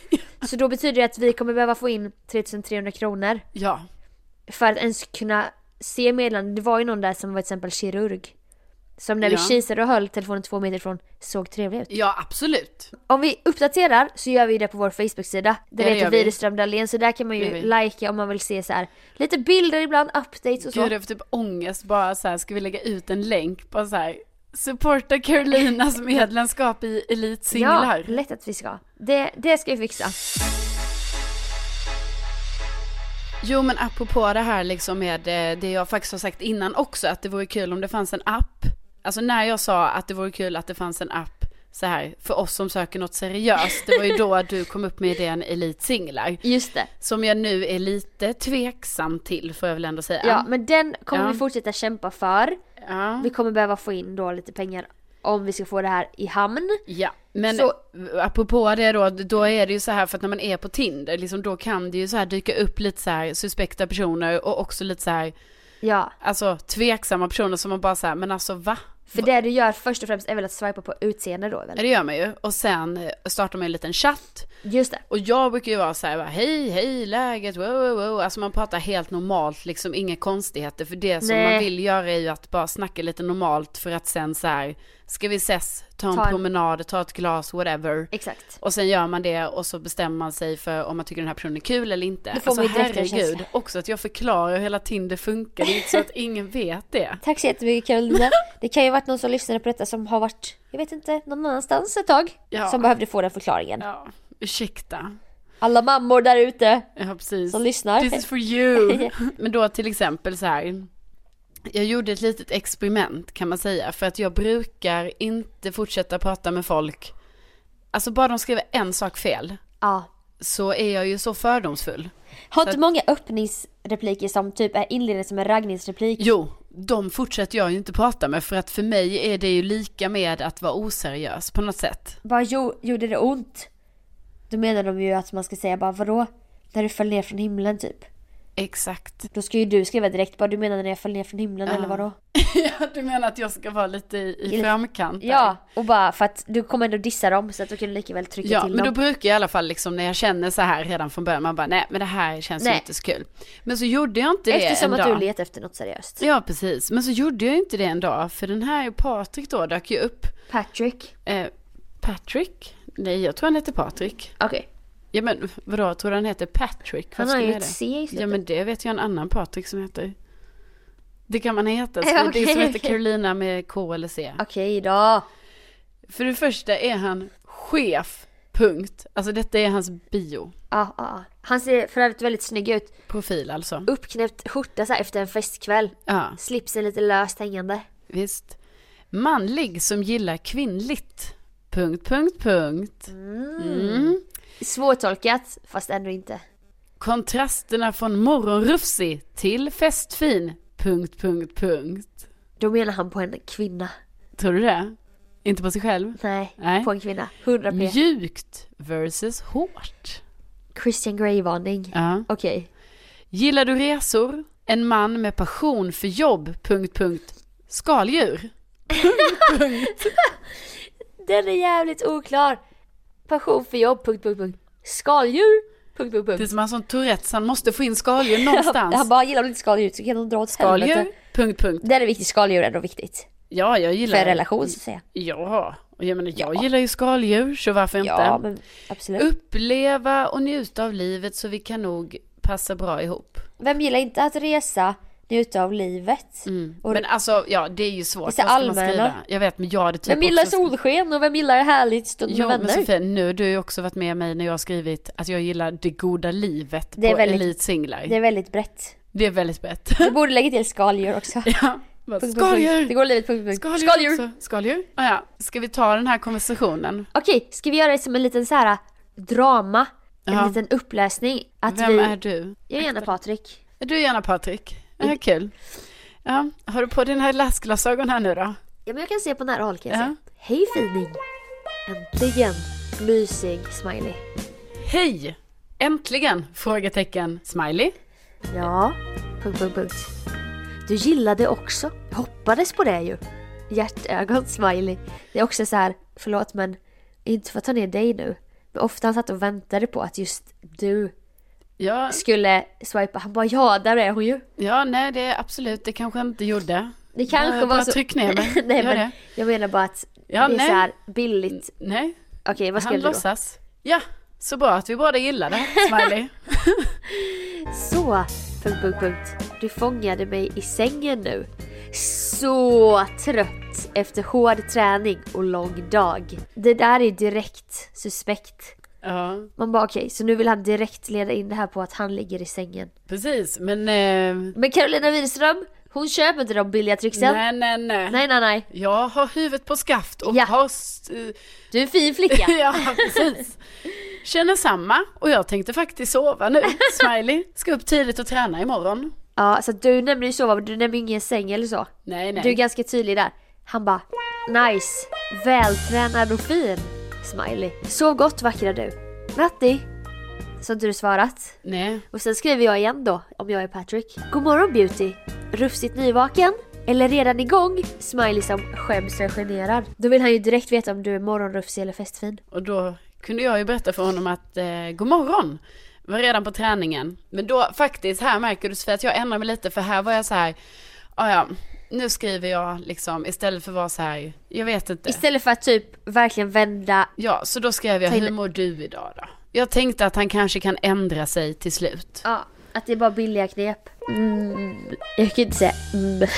Så då betyder det att vi kommer behöva få in tre tusen trehundra kronor Ja. för att ens kunna se meddelanden. Det var ju någon där som var till exempel kirurg. Som när vi Ja. kisade och höll telefonen två meter ifrån såg trevligt ut. Ja, absolut. Om vi uppdaterar så gör vi det på vår Facebook-sida. Det Ja, det heter gör vi. Widerström Dahlén, så där kan man Det ju gör vi. likea om man vill se så här lite bilder ibland, updates och så. Gud, jag får typ ångest bara så här, ska vi lägga ut en länk på så här, supporta Carolinas medlemskap i Elitsinglar. Ja, lätt att vi ska. Det, det ska vi fixa. Jo, men apropå det här liksom med eh, det jag faktiskt har sagt innan också, att det vore kul om det fanns en app. Alltså när jag sa att det vore kul att det fanns en app så här för oss som söker något seriöst, det var ju då du kom upp med idén Elitsinglar. Just det. Som jag nu är lite tveksam till, får jag väl ändå säga. Ja, men den kommer Ja. vi fortsätta kämpa för. Ja. Vi kommer behöva få in då lite pengar om vi ska få det här i hamn. Ja, men Så- apropå det då, då är det ju så här, för att när man är på Tinder, liksom, då kan det ju så här dyka upp lite så här suspekta personer och också lite så här, Ja, alltså tveksamma personer som man bara så här, men alltså va? för det du gör först och främst är väl att swipa på utseende då, Ja, väl? det gör man ju. Och sen eh, startar man en liten chatt. Just det. Och jag brukar ju vara så här, bara, hej, hej, läget, wow, wow, wow. Alltså man pratar helt normalt, liksom inga konstigheter. För det som Nej. man vill göra är ju att bara snacka lite normalt för att sen så här, ska vi ses, ta en Ta en- promenad, ta ett glas, whatever. Exakt. Och sen gör man det och så bestämmer man sig för om man tycker den här personen är kul eller inte. Då får man ju alltså direkt en herregud, känsla. också att jag förklarar hur hela Tinder funkar, det är inte så att ingen vet det. Tack så jättemycket, Carolina. Det kan ju ha varit någon som lyssnade på detta som har varit, jag vet inte, någon annanstans ett tag. Ja. Som behövde få den förklaringen. Ja, ursäkta. Alla mammor där ute Ja, precis. som lyssnar. This is for you. Men då till exempel så här, jag gjorde ett litet experiment kan man säga, för att jag brukar inte fortsätta prata med folk, alltså bara de skriver en sak fel Ja. så är jag ju så fördomsfull. Har Så inte att- många öppningsrepliker som typ är inledande som en raggningsreplik? Jo, de fortsätter jag ju inte prata med, för att för mig är det ju lika med att vara oseriös på något sätt. Bara, jo, gjorde det ont? Då menar de ju att man ska säga bara, vadå? När du föll ner från himlen typ. Exakt. Då ska ju du skriva direkt, bara, du menar när jag föll ner från himlen, Ja. eller vadå? Ja, du menar att jag ska vara lite i, i Lite- framkant där. Ja, och bara för att du kommer ändå dissa dem, så att du kan lika väl trycka Ja, till men då dem. brukar jag i alla fall liksom, när jag känner så här redan från början, man bara nej, men det här känns ju Nej. inte så kul. Men så gjorde jag inte det Eftersom en att dag. du letar efter något seriöst. Ja, precis. Men så gjorde jag inte det en dag, för den här Patrik då dök ju upp. Patrick. Eh, Patrick? Nej, jag tror han heter Patrik. Okej. Ja, men vadå, tror du han heter Patrick? Han Varför har ju skulle ett jag det? C i slutet. Ja, men det vet jag en annan Patrik som heter. Det kan man heta. Så Ja, det är som okej, heter okej. Carolina med K eller C. Okej då. För det första är han chef, punkt. Alltså detta är hans bio. Ja, ja. Han ser för övrigt väldigt snygg ut. Profil alltså. Uppknäppt skjorta så här efter en festkväll. Ja, Slipsen lite löst hängande. visst. Manlig som gillar kvinnligt. Punkt, punkt, punkt. Mm. Svårtolkat, fast ändå inte. Kontrasterna från morgonrufsig till festfin. Punkt, punkt, punkt. Då menar han på en kvinna. Tror du det? Inte på sig själv? Nej, Nej. på en kvinna. hundra procent. Mjukt versus hårt. Christian Grey-varning. Ja. Okej. Gillar du resor? En man med passion för jobb. Punkt, punkt. Skaldjur. Den är jävligt oklar. Passion för jobb, punkt, punkt, punkt. Skaldjur, punkt, punkt, Det är punkt. som han som Tourettes, han måste få in skaldjur någonstans. Han bara, gillar du inte skaldjur så kan de dra åt Skaldjur. helvete. Punkt, punkt. Det är viktigt, skaldjur är ändå viktigt. Ja, jag gillar För relation så att säga. Ja, och jag menar, jag Ja. gillar ju skaldjur, så varför inte? Ja, men absolut. Uppleva och njuta av livet, så vi kan nog passa bra ihop. Vem gillar inte att resa, njuta av livet? Mm. Och Men alltså, ja, det är ju svårt. Det är så Vad ska man allmänna. skriva? Jag vet, men jag hade typ vem gillar också... solsken och vem gillar härligt stund med Jo, men vänner? Sofia, nu du har ju också varit med mig när jag har skrivit att jag gillar det goda livet Det är på väldigt- Elitsinglar. Det är väldigt brett. Det är väldigt brett. Du borde lägga till skaldjur också. Ja, bara, Punkt, punkt, punkt. skaldjur! Det går livet, punkt, punkt. Skaldjur! Skaldjur! också. Skaldjur? Ah, ja. Ska vi ta den här konversationen? Okej, ska vi göra det som en liten så här drama? En Ja. liten uppläsning? Att Vem vi... är du? Jag är gärna Patrik. Är du gärna Patrik? Ja, Mm. kul. Ja, har du på dina läsglasögon här nu då? Ja, men jag kan se på nära håll kan jag Ja. se. Hej fining! Äntligen! Mysig smiley. Hej! Äntligen! Frågetecken. Smiley. Ja, punkt, punkt, punkt. Du gillade också. Jag hoppades på det ju. Hjärtögon smiley. Det är också så här, förlåt men inte för att ta ner dig nu. Men ofta han satt och väntade på att just du Ja, skulle swipa. Han bara, ja där är hon ju. ja, nej det är absolut, det kanske jag inte gjorde. Det kanske bara, var bara så... tryck ner mig. Nej, Gör men det. jag menar bara att Ja, det är nej. så här billigt. Nej, Okej, okay, vad han skrev du då? låtsas. Ja, så bra att vi båda gillade. Smiley. Så, punkt, punkt, punkt. Du fångade mig i sängen nu. Så trött efter hård träning och lång dag. Det där är direkt suspekt. Ja, Man bara okej, okay, så nu vill han direkt leda in det här på att han ligger i sängen. precis. Men... Eh, Men Carolina Widerström, hon köper inte de billiga tricksen. nej, nej, nej. Nej, nej, nej. Jag har huvudet på skaft och Ja. har... st- Du är en fin flicka. ja, precis. Känner samma. Och jag tänkte faktiskt sova nu. Smiley. Ska upp tidigt och träna imorgon. Ja, så du nämner ju sova, du nämner ingen säng eller så. Nej, nej. Du är ganska tydlig där. Han bara, nice, vältränad och fin. Smiley. Sov gott vackra du. Natti. Så har inte du svarat. Nej. Och sen skriver jag igen då, om jag är Patrick. God morgon beauty. Rufsigt nyvaken? Eller redan igång? Smiley som skäms och generad. Då vill han ju direkt veta om du är morgonrufsig eller festfin. Och då kunde jag ju berätta för honom att eh, god morgon. Var redan på träningen. Men då faktiskt, här märker du för att jag ändrar mig lite. För här var jag så här, ah, ja, nu skriver jag liksom istället för att vara så här, jag vet inte. Istället för att typ verkligen vända. Ja, så då skrev jag, hur mår du idag då? Jag tänkte att han kanske kan ändra sig till slut. Ja, att det är bara billiga knep. Mm, jag kan inte säga mm.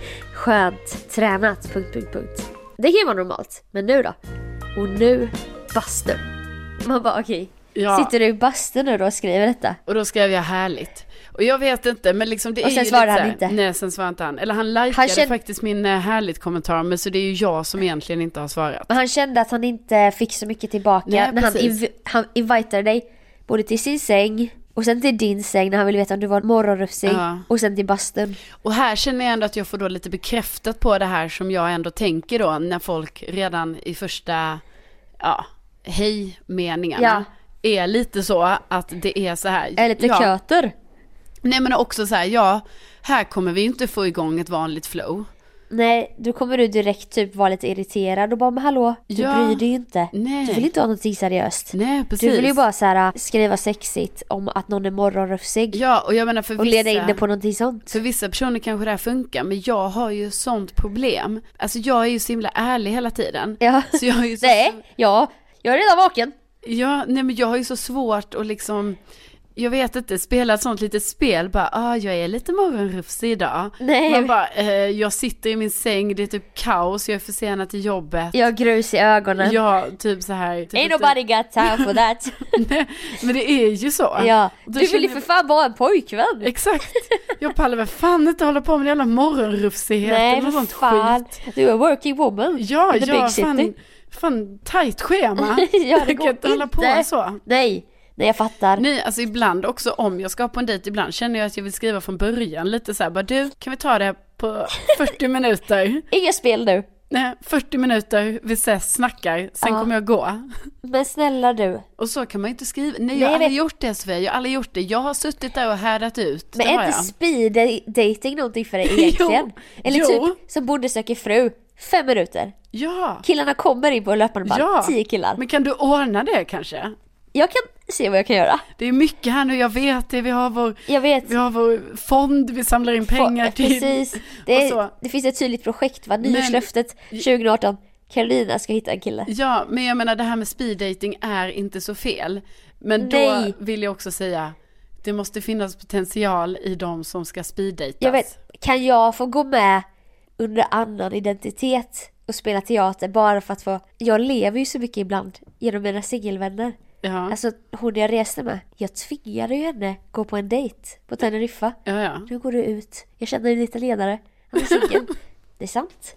Skönt, tränat, punkt, punkt, punkt. Det kan ju vara normalt, men nu då? Och nu, bastun. Man bara okej, Ja. sitter du i bastun nu då och skriver detta? Och då skrev jag härligt. Och jag vet inte, men liksom det Och är sen ju svarade lite han så här- inte. Nej, sen svarade inte han. Eller han likade Han kände- faktiskt min eh, härligt kommentar, men så det är ju jag som egentligen inte har svarat. Men han kände att han inte fick så mycket tillbaka. Nej, när han, precis. inv- han inviterade dig både till sin säng och sen till din säng när han ville veta om du var morgonrufsig. Ja. Och sen till bastun. Och här känner jag ändå att jag får då lite bekräftat på det här som jag ändå tänker då när folk redan i första ja, hej-meningarna Ja. är lite så att det är så här. Är lite ja. köter. Nej, men också så här, ja, här kommer vi inte få igång ett vanligt flow. Nej, då kommer du direkt typ vara lite irriterad och bara, men hallå, du Ja. bryr dig ju inte. Nej. Du vill inte ha någonting seriöst. Nej, precis. Du vill ju bara så här, skriva sexigt om att någon är morgonrufsig. Ja, och jag menar för och vissa... leda in det på någonting sånt. För vissa personer kanske det här funkar, men jag har ju sånt problem. Alltså jag är ju så himla ärlig hela tiden. Ja. Så jag har ju så... Nej, ja, jag är redan vaken. Ja, nej men jag har ju så svårt att liksom, jag vet inte, spela ett sånt litet spel, bara, ah, jag är lite morgonrufsig idag. Nej. Man bara, eh, jag sitter i min säng, det är typ kaos, jag är försenad till jobbet. Jag har grus i ögonen. Ja, typ så här. Typ Ain't inte- nobody got time for that. Nej, men det är ju så. Ja, Då du vill känner ju för fan bara en pojkvän. Exakt. Jag pallar väl fan inte hålla på med jävla morgonrufsighet Nej, eller för sånt fan. skit. Du är a working woman. Ja, in the ja, big city. fan, fan tajt schema. Ja, det Jag går kan inte hålla på inte. så. Nej, nej jag fattar. Nej, alltså ibland också om jag ska på en dejt, ibland känner jag att jag vill skriva från början lite så här, bara du, kan vi ta det på fyrtio minuter? Inga spel nu. Nej, fyrtio minuter, vi ses, snackar, sen Ja. kommer jag gå. Men snälla du. Och så kan man ju inte skriva. Nej, Nej, jag har jag aldrig vet. gjort det, Sofia, jag har aldrig gjort det. Jag har suttit där och härdat ut. Men det har är inte jag. speed dating någonting för dig egentligen? Jo, Eller jo. typ som Bonde söker fru. Fem minuter. Ja, Killarna kommer in på löpande band. ja. Tio killar. Men kan du ordna det kanske? Jag kan se vad jag kan göra. Det är mycket här nu, jag vet det. Vi har vår, Jag vet. vi har vår fond, vi samlar in pengar Få- till. Precis. Det, Och så. är, det finns ett tydligt projekt, va? Men- Nyårslöftet tjugo arton. Carolina ska hitta en kille. Ja, men jag menar det här med speed dating är inte så fel. Men då Nej. vill jag också säga, det måste finnas potential i de som ska speed datas. Jag vet, kan jag få gå med under annan identitet och spela teater bara för att få... Jag lever ju så mycket ibland genom mina singelvänner. Ja, Alltså hon jag reste med, jag tvingade ju henne gå på en dejt på Teneriffa. ja, ja. Nu går du ut. Jag känner en italienare. Han är singel. Det är sant.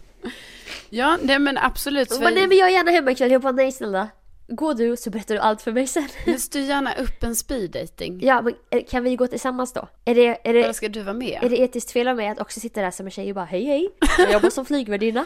Ja, nej, men absolut. Men nej, men jag är gärna hemma ikväll. Jag bara nej snälla. Gå du så berättar du allt för mig sen. Men styr gärna upp en speed dating. Ja, men eh, kan vi gå tillsammans då? Är det, är Eller det, ska du vara med? är det etiskt fel av mig att också sitta där som en tjej och bara hej hej. Jag jobbar som flygvärdinna.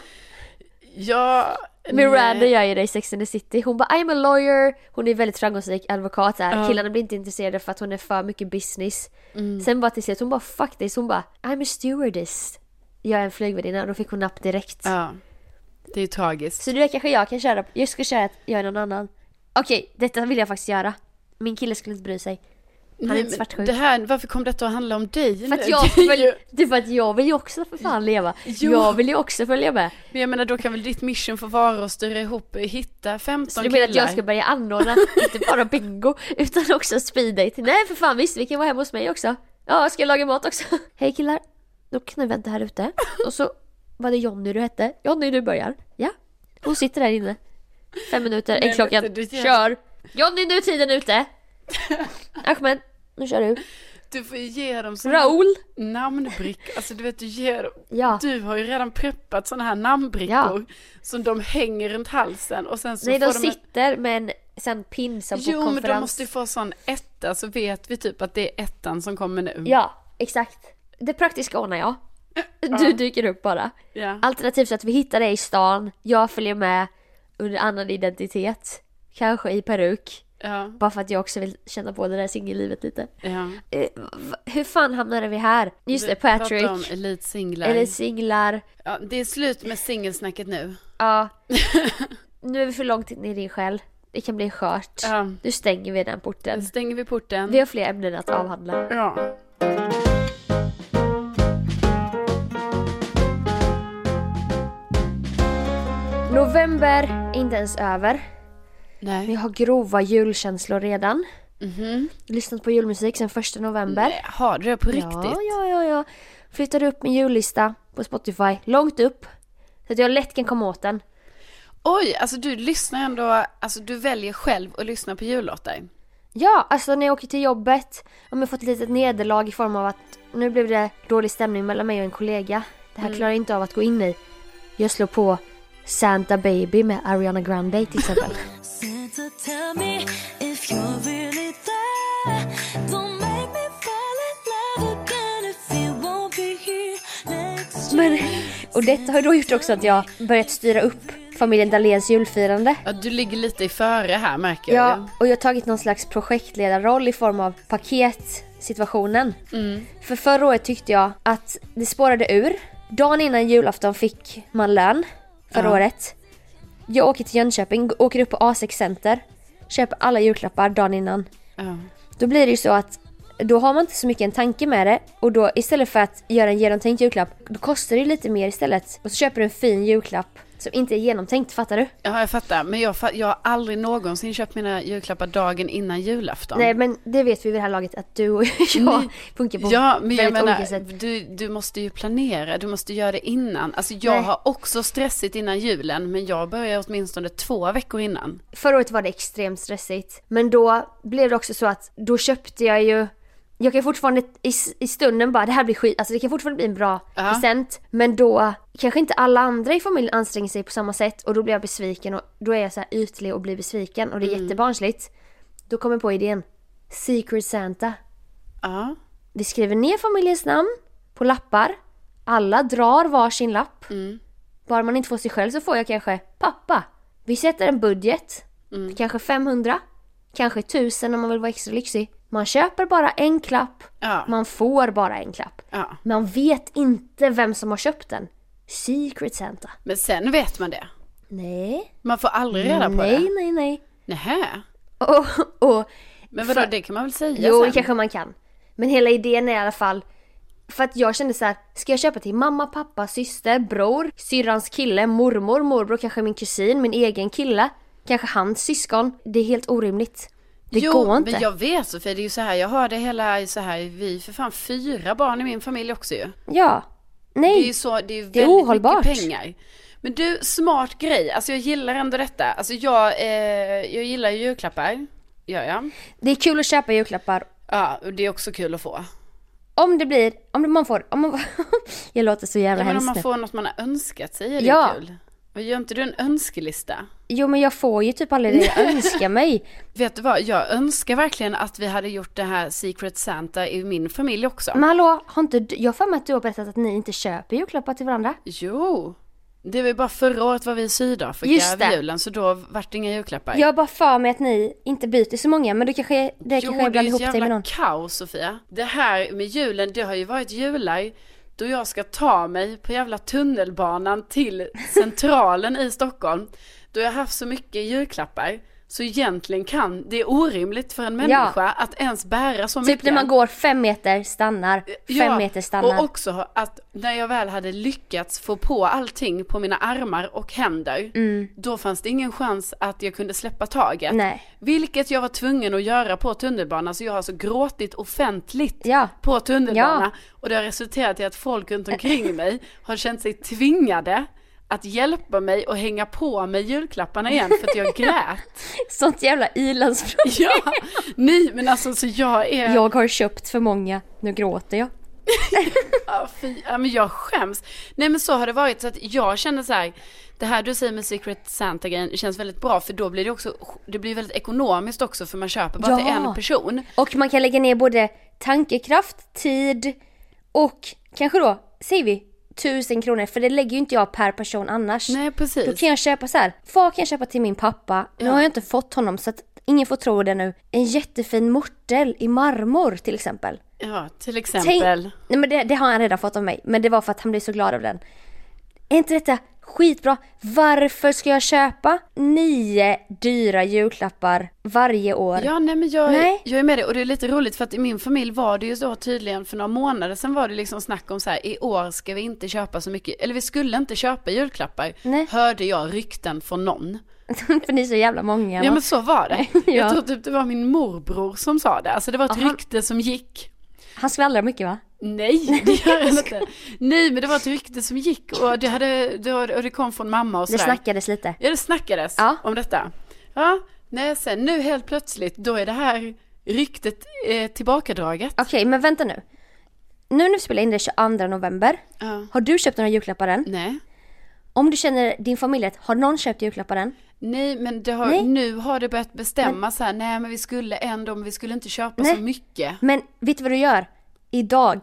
Ja, Miranda nej. gör ju det i Sex and the City. Hon bara I'm a lawyer. Hon är väldigt framgångsrik advokat där. Ja. Killarna blir inte intresserade för att hon är för mycket business. Mm. Sen bara till slut hon bara fuck this. Hon bara I'm a stewardess. Jag är en flygvärdinna och då fick hon napp direkt. Ja, det är ju tragiskt. Så det kanske jag kan köra. Jag ska köra att jag är någon annan. Okej, detta vill jag faktiskt göra. Min kille skulle inte bry sig. Han är inte svartsjuk. Det här, varför kom detta att handla om dig för nu? att jag, det, är ju... det är för att jag vill ju också för fan leva. Jo. Jag vill ju också följa med. Men jag menar, då kan väl ditt mission få vara att styra ihop, hitta femton Så du menar killar? att jag ska börja anordna inte bara bingo utan också speed date? Nej för fan, visst vi kan vara hemma hos mig också. Ja, ska jag laga mat också? Hej killar, då kan vi vänta här ute. Och så var det Jonny du hette. Jonny, du börjar. Ja, hon sitter där inne. Fem minuter, en klockan. Du, du, kör! Jonny, nu är tiden ute. Ahmed, nu kör du. Du får ju ge dem såna Raoul namnbrickor. Alltså du vet, du ger dem. Ja. Du har ju redan preppat såna här namnbrickor ja. Som de hänger runt halsen och sen så nej, får de de sitter en... med en sån pin som på jo, konferens. men de måste ju få sån etta, så vet vi typ att det är ettan som kommer nu. Ja, exakt. Det praktiska ordnar jag. Ja. Du dyker upp bara. Ja. Alternativt så att vi hittar dig i stan. Jag följer med under annan identitet. Kanske i peruk. Ja. Bara för att jag också vill känna på det där singellivet lite. Ja. Eh, hur fan hamnade vi här? Just det, Patrick. Vi pratar om elitsinglar. Elitsinglar. Ja, det är slut med singelsnacket nu. Ja. Nu är vi för långt in i din själ. Det kan bli skört. Ja. Nu stänger vi den porten. Nu stänger vi porten. Vi har fler ämnen att avhandla. Ja. November är inte ens över. Nej. Vi har grova julkänslor redan. Mm-hmm. Lyssnat på julmusik sen första november. Nej, har du det på riktigt? Ja, ja, ja, ja. Flyttade upp min jullista på Spotify. Långt upp. Så att jag lätt kan komma åt den. Oj, alltså du lyssnar ändå. Alltså du väljer själv att lyssna på jullåtar. Ja, alltså när jag åker till jobbet har jag fått ett litet nederlag i form av att nu blev det dålig stämning mellan mig och en kollega. Det här mm. klarar jag inte av att gå in i. Jag slår på Santa Baby med Ariana Grande till exempel. Santa, tell me if you're really there. Don't make me fall in love again if you won't be here next year. Men, och detta har då gjort också att jag börjat styra upp familjen Dahléns julfirande. Ja, du ligger lite i före här, märker ja, jag. Ja, och jag har tagit någon slags projektledarroll i form av paketsituationen. Mm. För förra året tyckte jag att det spårade ur. Dagen innan julafton fick man lön förra ja. året. Jag åker till Jönköping, åker upp på A sex Center, köper alla julklappar dagen innan. Ja. Då blir det ju så att då har man inte så mycket en tanke med det. Och då istället för att göra en genomtänkt julklapp, då kostar det lite mer istället. Och så köper du en fin julklapp som inte är genomtänkt, fattar du? Ja, jag fattar. Men jag, jag har aldrig någonsin köpt mina julklappar dagen innan julafton. Nej, men det vet vi vid det här laget att du och jag Nej. funkar på ja, men jag väldigt menar, olika sätt. Du, du måste ju planera, du måste göra det innan. Alltså jag Nej. har också stressigt innan julen, men jag börjar åtminstone två veckor innan. Förra året var det extremt stressigt. Men då blev det också så att då köpte jag ju... Jag kan fortfarande i, i stunden bara, det här blir skit. Alltså det kan fortfarande bli en bra uh-huh. present. Men då kanske inte alla andra i familjen anstränger sig på samma sätt. Och då blir jag besviken. Och då är jag så här ytlig och blir besviken. Och det är mm. jättebarnsligt. Då kommer jag på idén. Secret Santa. Uh-huh. Vi skriver ner familjens namn på lappar. Alla drar varsin lapp. Mm. Bara man inte får sig själv så får jag kanske pappa. Vi sätter en budget. Mm. Kanske femhundra. Kanske tusen om man vill vara extra lyxig. Man köper bara en klapp. Ja. Man får bara en klapp. Ja. Man vet inte vem som har köpt den. Secret Santa. Men sen vet man det. Nej. Man får aldrig reda på nej, det. Nej, nej, nej. Nähä. Och, och, Men vadå, för, det kan man väl säga Jo, sen? det kanske man kan. Men hela idén är i alla fall... För att jag kände så här, ska jag köpa till mamma, pappa, syster, bror, syrrans kille, mormor, morbror, kanske min kusin, min egen kille, kanske hans syskon. Det är helt orimligt. Det jo, går inte. Men jag vet så, för det är ju så här, jag har det hela så här, vi för fan fyra barn i min familj också ju. Ja. Nej. Det är ju så, det är ju det är väldigt ohållbart. mycket pengar. Men du, smart grej. Alltså jag gillar ändå detta. Alltså jag, eh, jag gillar ju julklappar. Ja, ja. Det är kul att köpa julklappar. Ja, och det är också kul att få. Om det blir, om man får, om man jag låter så jävla ja, men hemskt. om man får något man har önskat sig är det ja. kul. Och gör inte du en önskelista? Jo, men jag får ju typ aldrig det jag önskar mig. Vet du vad, jag önskar verkligen att vi hade gjort det här Secret Santa i min familj också. Men hallå, har inte du, jag får med att du har berättat att ni inte köper julklappar till varandra. Jo, det var ju bara förra året var vi i Sydafrika vid julen, så då vart det inga julklappar. Jag bara för mig att ni inte byter så många, men då kanske det jo, kanske bland ihop dig med någon. Jo, det är ju kaos, Sofia. Det här med julen, det har ju varit jular då jag ska ta mig på jävla tunnelbanan till centralen i Stockholm. Då jag har haft så mycket julklappar. Så egentligen kan, det är orimligt för en människa ja. att ens bära så mycket. Typ när man går fem meter stannar, fem ja, meter stannar. Och också att när jag väl hade lyckats få på allting på mina armar och händer, mm. då fanns det ingen chans att jag kunde släppa taget. Nej. Vilket jag var tvungen att göra på tunnelbanan, så jag har alltså gråtit offentligt ja. på tunnelbanan. Ja. Och det har resulterat i att folk runt omkring mig har känt sig tvingade att hjälpa mig och hänga på mig julklapparna igen för att jag grät. Sånt jävla ilandsproblem. Ja, nej men alltså så jag är... Jag har köpt för många, nu gråter jag. ja, fy, ja, men jag skäms. Nej men så har det varit, så att jag känner så här, det här du säger med Secret Santa-grejen känns väldigt bra, för då blir det också, det blir väldigt ekonomiskt också, för man köper bara ja. till en person. Och man kan lägga ner både tankekraft, tid och kanske då, säger vi, tusen kronor, för det lägger ju inte jag per person annars. Nej, precis. Då kan jag köpa så här. Vad kan jag köpa till min pappa? Ja. Nu har jag inte fått honom, så att ingen får tro det nu. En jättefin mortel i marmor till exempel. Ja, till exempel. Tänk, nej men det, det har han redan fått av mig, men det var för att han blev så glad av den. Är inte detta skitbra? Varför ska jag köpa nio dyra julklappar varje år? Ja, nej men jag, nej. jag är med det. Och det är lite roligt för att i min familj var det ju så tydligen för några månader sedan var det liksom snack om så här, i år ska vi inte köpa så mycket, eller vi skulle inte köpa julklappar. Nej. Hörde jag rykten från någon. För ni är så jävla många. Ja, men så var det. ja. Jag tror typ det var min morbror som sa det. Alltså det var ett Aha. rykte som gick. Han skvallrar mycket, va? Nej, det gör han inte. Nej, men det var ett rykte som gick och det, hade, det, och det kom från mamma och sådär. Det snackades lite. Ja, det snackades ja. om detta. Ja, nej, sen nu helt plötsligt, då är det här ryktet eh, tillbakadraget. Okej, okay, men vänta nu. Nu när vi spelar in det tjugoandra november, ja. har du köpt några julklappar än? Nej. Om du känner din familj, har någon köpt julklappar än? Nej, men det har, nu har det börjat bestämma men, så här, nej men vi skulle ändå, men vi skulle inte köpa nej. så mycket. Men vet du vad du gör? Idag,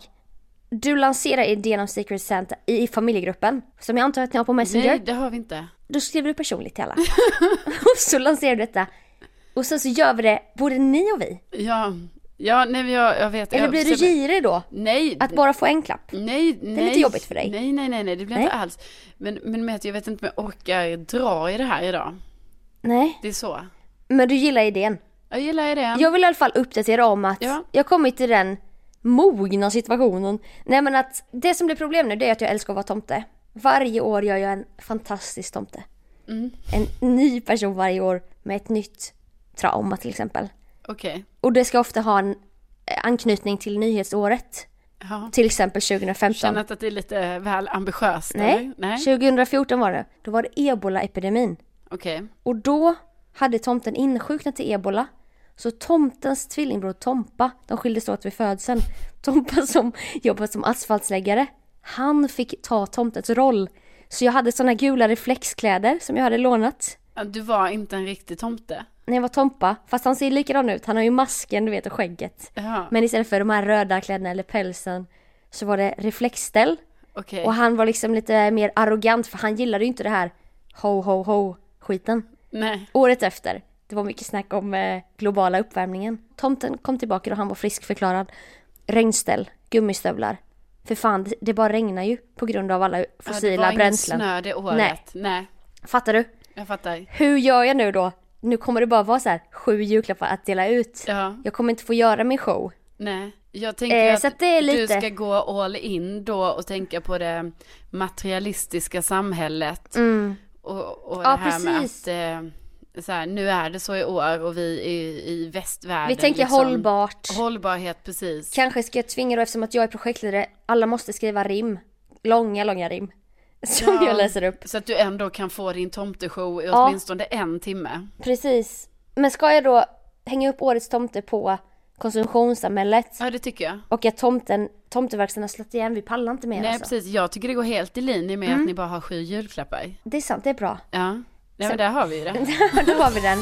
du lanserar idén om Secret Santa i, i familjegruppen, som jag antar att ni har på Messenger. Nej, det har vi inte. Då skriver du personligt till alla. Och så lanserar du detta. Och så, så gör vi det, både ni och vi. Ja, ja nej, jag, jag vet. Eller blir jag, du girig då? Nej. Att bara få en klapp? Nej, det är nej. lite jobbigt för dig. Nej, nej, nej, nej det blir nej. inte alls. Men, men med att jag vet inte om jag orkar dra i det här idag. Nej. Det är så. Men du gillar idén? Jag gillar idén. Jag vill i alla fall uppdatera om att ja. jag kommit till den mogna situationen. Nej, men att det som blir problem nu, det är att jag älskar att vara tomte. Varje år gör jag en fantastisk tomte. Mm. En ny person varje år med ett nytt trauma till exempel. Okej. Okay. Och det ska ofta ha en anknytning till nyhetsåret. Ja. Till exempel tjugohundrafemton. Känner att det är lite väl ambitiöst? Nej, eller? Nej. tjugohundrafjorton var det. Då var det ebola-epidemin. Okej. Okay. Och då hade tomten insjuknat till ebola. Så tomtens tvillingbror Tompa, de skildes åt vid födseln. Tompa som jobbade som asfaltsläggare, han fick ta tomtens roll. Så jag hade såna gula reflexkläder som jag hade lånat. Du var inte en riktig tomte? Nej, jag var Tompa. Fast han ser likadan ut. Han har ju masken, du vet, och skägget. Jaha. Men istället för de här röda kläderna eller pälsen så var det reflexställ. Okay. Och han var liksom lite mer arrogant, för han gillade ju inte det här ho ho ho skiten. Nej. Året efter, det var mycket snack om eh, globala uppvärmningen. Tomten kom tillbaka och han var friskförklarad. Regnställ, gummistövlar. För fan, det, det bara regnar ju på grund av alla fossila ja, bränslen. Det var ingen snö det året. Nej. Nej. Fattar du? Jag fattar. Hur gör jag nu då? Nu kommer det bara vara så här sju julklappar att dela ut. Ja. Jag kommer inte få göra min show. Nej, jag tänker eh, att, att det är lite... du ska gå all in då och tänka på det materialistiska samhället. Mm. Och, och ja, det här precis. med att eh, så här, nu är det så i år och vi i, i västvärlden. Vi tänker liksom, hållbart. Hållbarhet, precis. Kanske ska jag tvinga då, eftersom att jag är projektledare, alla måste skriva rim. Långa, långa rim. Som ja, jag läser upp. Så att du ändå kan få din tomteshow i ja. åtminstone en timme. Precis. Men ska jag då hänga upp årets tomte på konsumtionssamhället? Ja, det tycker jag. Och att tomten, tomteverkstaden har slått igen, vi pallar inte mer. Nej, alltså. precis. Jag tycker det går helt i linje med mm. att ni bara har sju julklappar. Det är sant, det är bra. Ja, ja men där har vi det. Då har vi den.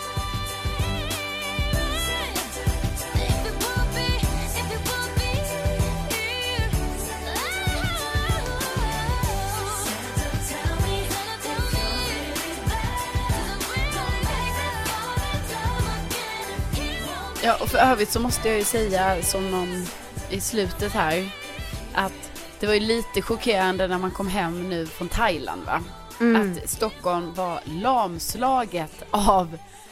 Ja, och för övrigt så måste jag ju säga som någon i slutet här att det var ju lite chockerande när man kom hem nu från Thailand, va? Mm. Att Stockholm var lamslaget av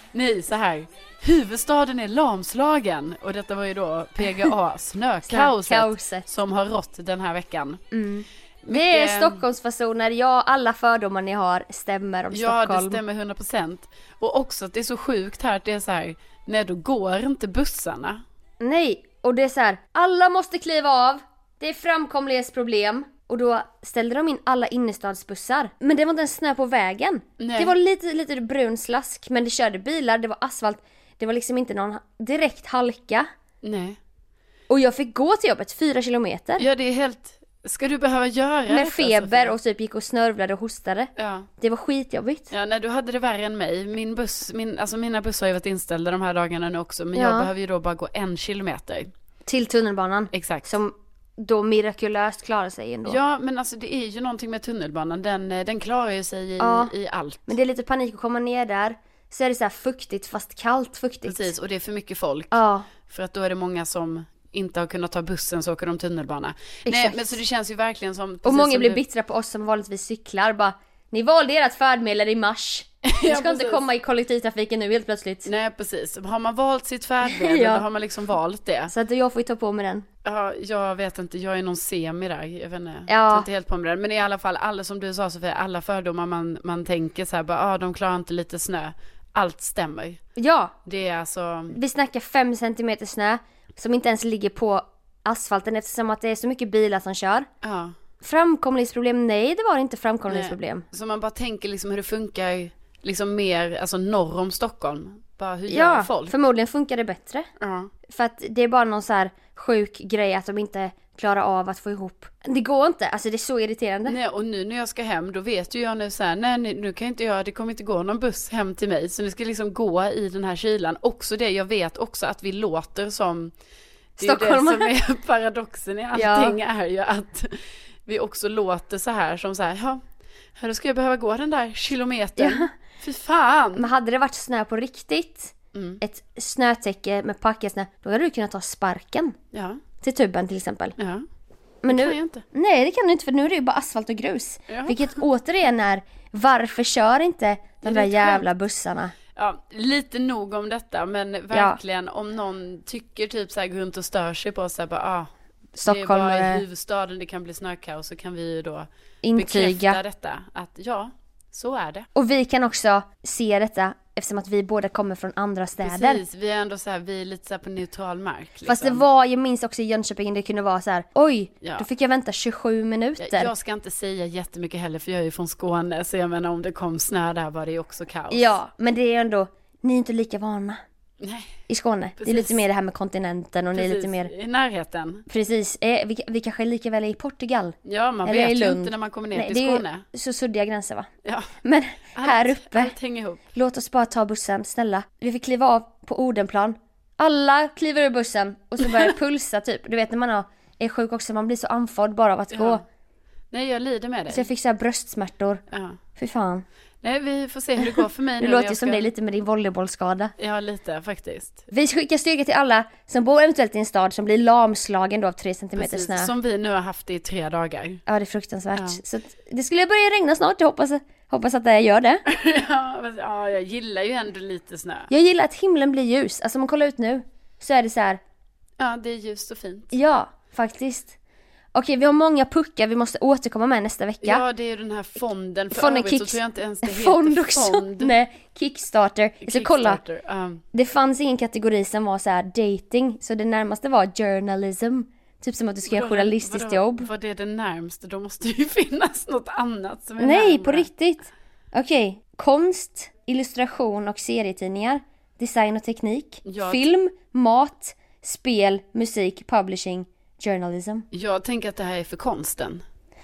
Nej, så här. Huvudstaden är lamslagen. Och detta var ju då P G A, snökaoset, Snökaoset. som har rått den här veckan. Mm. Det är Stockholmsfasoner, ja, alla fördomar ni har stämmer om ja, Stockholm. Ja, det stämmer hundra procent. Och också att det är så sjukt här att det är så här, nej då går inte bussarna. Nej, och det är så här, alla måste kliva av, det är framkomlighetsproblem. Och då ställde de in alla innerstadsbussar. Men det var inte en snö på vägen. Nej. Det var lite, lite brun slask, men det körde bilar, det var asfalt. Det var liksom inte någon direkt halka. Nej. Och jag fick gå till jobbet fyra kilometer. Ja, det är helt... Ska du behöva göra det? Med feber och typ gick och snörvlade och hostade. Ja. Det var skitjobbigt. Ja, nej, du hade det värre än mig. Min buss, min, alltså mina bussar har ju varit inställda de här dagarna nu också. Men ja. jag behöver ju då bara gå en kilometer. Till tunnelbanan. Exakt. Som då mirakulöst klarar sig ändå. Ja, men alltså det är ju någonting med tunnelbanan. Den, den klarar ju sig i, ja. i allt. Men det är lite panik att komma ner där. Så är det så här fuktigt fast kallt fuktigt. Precis, och det är för mycket folk. Ja. För att då är det många som inte har kunnat ta bussen, så åker de tunnelbana. Exakt. Nej, men så det känns ju verkligen som... Och många som blir du... bittra på oss som vanligtvis cyklar. Bara, ni valde ert färdmedel i mars. Ni ja, ska inte komma i kollektivtrafiken nu helt plötsligt. Nej, precis. Har man valt sitt färdmedel, ja. då har man liksom valt det. Så att jag får ju ta på mig den. Ja, jag vet inte. Jag är någon semi där. Jag vet inte. Ja. Jag tar inte helt på mig den. Men i alla fall, alla som du sa Sofia, alla fördomar man, man tänker så här, bara, ah, de klarar inte lite snö. Allt stämmer. Ja. Det är alltså... Vi snackar fem centimeter snö som inte ens ligger på asfalten eftersom att det är så mycket bilar som kör. Ja. Framkomlighetsproblem? Nej, det var inte framkomlighetsproblem. Nej. Så man bara tänker liksom hur det funkar liksom mer, alltså norr om Stockholm. Bara hur ja, gör folk? förmodligen funkar det bättre. Ja. För att det är bara någon så här sjuk grej att de inte klarar av att få ihop. Det går inte, alltså det är så irriterande. Nej, och nu när jag ska hem, då vet ju jag nu så här, nej nu kan inte jag, det kommer inte gå någon buss hem till mig. Så nu ska liksom gå i den här kylan. Också det, jag vet också att vi låter som... Det är Stockholm. det som är paradoxen i allting, ja. Är ju att vi också låter så här som så här, ja, då ska jag behöva gå den där kilometern. Ja. Fy fan. Men hade det varit snö på riktigt, mm. ett snötäcke med packad snö, då hade du kunnat ta sparken. Ja. Till tuben till exempel. Ja. Men det nu, kan jag inte. Nej, det kan du inte, för nu är det ju bara asfalt och grus. Ja. Vilket återigen är, varför kör inte de där jävla bussarna? Ja, lite nog om detta, men verkligen ja. Om någon tycker typ så här, går runt och stör sig på så här, bara, ah, Stockholm, det är bara i huvudstaden det kan bli snökaos, så kan vi ju då intyga. Bekräfta detta, att ja, så är det. Och vi kan också se detta eftersom att vi båda kommer från andra städer. Precis, vi är ändå så här, vi är lite så här på neutral mark. Liksom. Fast det var, jag minns också i Jönköping, det kunde vara så här, oj, ja. Då fick jag vänta tjugosju minuter. Jag, jag ska inte säga jättemycket heller, för jag är ju från Skåne, så jag menar om det kom snö där var det ju också kaos. Ja, men det är ändå, ni är inte lika vana. Nej. I Skåne. Precis. Det är lite mer det här med kontinenten och Precis. Ni är lite mer... i närheten. Precis. Eh, vi, vi kanske är lika väl i Portugal. Ja, man eller vet ju inte när man kommer ner Nej, till Skåne. Det är så suddiga gränser, va? Ja. Men allt, här uppe, allt hänger ihop. Låt oss bara ta bussen, snälla. Vi fick kliva av på Odenplan. Alla kliver ur bussen och så börjar det pulsa typ. Du vet när man är sjuk också, man blir så andfådd bara av att ja. gå. Nej, jag lider med dig. Så jag fick så här bröstsmärtor. Ja. Fy fan. Nej, vi får se hur det går för mig. Det nu låter ju ska... som det lite med din volleybollskada. Ja, lite faktiskt. Vi skickar styrka till alla som bor eventuellt i en stad som blir lamslagen då av tre centimeter snö. Som vi nu har haft i tre dagar. Ja, det är fruktansvärt. Ja. Så det skulle börja regna snart, jag hoppas, hoppas att det gör det. ja, men, ja, jag gillar ju ändå lite snö. Jag gillar att himlen blir ljus. Alltså om man kollar ut nu så är det så här. Ja, det är ljust och fint. Ja, faktiskt. Okej, vi har många puckar vi måste återkomma med nästa vecka. Ja, det är ju den här fonden. För fonden övrigt kick... så tror jag inte ens det heter fond också. fond. Nej, Kickstarter. Jag ska kolla. Um. Det fanns ingen kategori som var så här dating. Så det närmaste var journalism. Typ som att du ska göra journalistiskt vadå, jobb. Vad är det närmaste? Då måste ju finnas något annat som är Nej, närmare. på riktigt. Okej, konst, illustration och serietidningar. Design och teknik. Jag... Film, mat, spel, musik, publishing. Journalism. Jag tänker att det här är för konsten.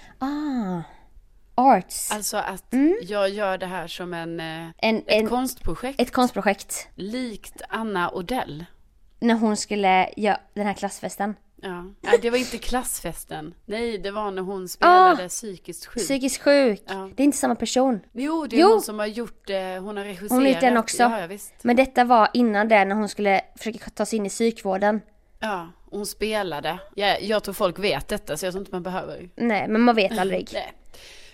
Ah, arts. Alltså att mm. jag gör det här som en, en ett en, konstprojekt. Ett konstprojekt. Likt Anna Odell. När hon skulle göra den här klassfesten. Ja. Nej, det var inte klassfesten. Nej, det var när hon spelade ah, psykiskt sjuk. Psykiskt sjuk. Ja. Det är inte samma person. Jo, det är jo. hon som har gjort det. Hon har regisserat. Hon har gjort den också. Ja, ja, visst. Men detta var innan det, när hon skulle försöka ta sig in i psykvården. Ja, hon spelade. Jag, jag tror folk vet detta, så jag tror inte man behöver. Nej, men man vet aldrig. Nej.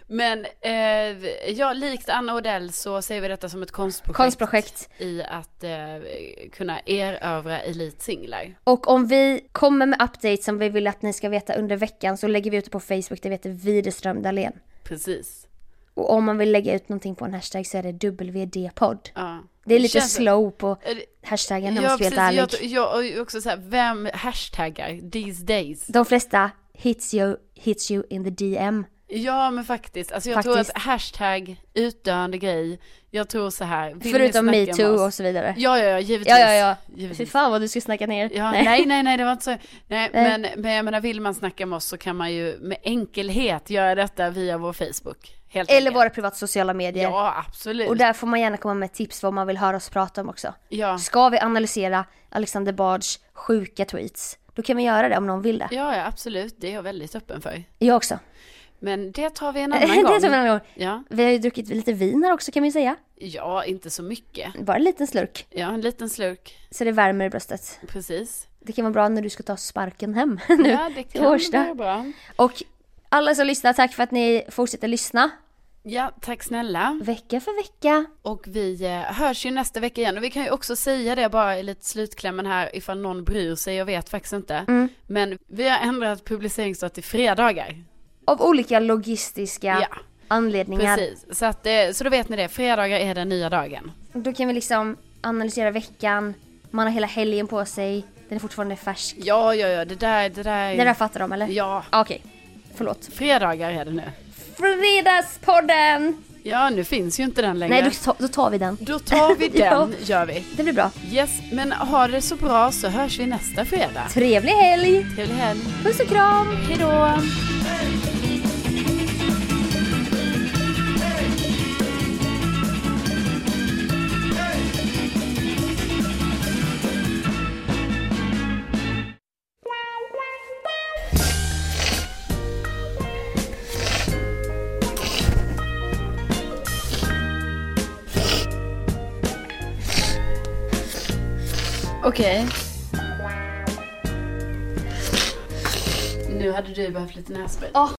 Men eh, ja, likt Anna Odell så ser vi detta som ett konstprojekt, konstprojekt. i att eh, kunna erövra elitsinglar. Och om vi kommer med updates som vi vill att ni ska veta under veckan så lägger vi ut det på Facebook, det heter Widerström Dahlén. Precis. Och om man vill lägga ut någonting på en hashtag så är det W D-podd. Ja. Det är lite Känns... slow på hashtaggen, jag ja, måste vara helt ärlig. Jag, jag också så här, vem hashtaggar these days? De flesta hits you, hits you in the D M. Ja, men faktiskt. Alltså jag faktiskt. tror att hashtag utdöende grej, jag tror så här. Förutom MeToo och så vidare. Ja, ja, ja, givetvis. Ja, ja, ja. Givetvis. Fy fan vad du ska snacka ner. Ja, nej. nej, nej, nej, det var inte så. Nej, men, men jag menar, vill man snacka med oss så kan man ju med enkelhet göra detta via vår Facebook. Helt Eller enkelt. våra privata sociala medier. Ja, absolut. Och där får man gärna komma med tips vad man vill höra oss prata om också. Ja. Ska vi analysera Alexander Bards sjuka tweets? Då kan vi göra det om någon vill det. Ja, ja, absolut. Det är jag väldigt öppen för. Jag också. Men det tar vi en annan gång. det tar vi en annan gång. Ja. Vi har ju druckit lite vin här också kan vi säga. Ja, inte så mycket. Bara en liten slurk. Ja, en liten slurk. Så det värmer i bröstet. Precis. Det kan vara bra när du ska ta sparken hem nu. Ja, det kan vara bra. Och alla som lyssnar, tack för att ni fortsätter lyssna. Ja, tack snälla. Vecka för vecka. Och vi eh, hörs ju nästa vecka igen. Och vi kan ju också säga det bara i lite slutklämmen här ifall någon bryr sig. Jag vet faktiskt inte. Mm. Men vi har ändrat publiceringsdag till fredagar. Av olika logistiska Ja. anledningar. Precis. Så, att, eh, så då vet ni det. Fredagar är den nya dagen. Då kan vi liksom analysera veckan. Man har hela helgen på sig. Den är fortfarande färsk. Ja, ja, ja. Det där, det där. Det där fattar de, eller? Ja. Okej, förlåt. Fredagar är det nu. Fredagspodden! Ja, nu finns ju inte den längre. Nej, då, ta, då tar vi den. Då tar vi den, Ja. gör vi. Det blir bra. Yes, men ha det så bra så hörs vi nästa fredag. Trevlig helg! Trevlig helg. Puss och kram! Hej då! Okej. Nu hade du behövt lite nässpray. Oh.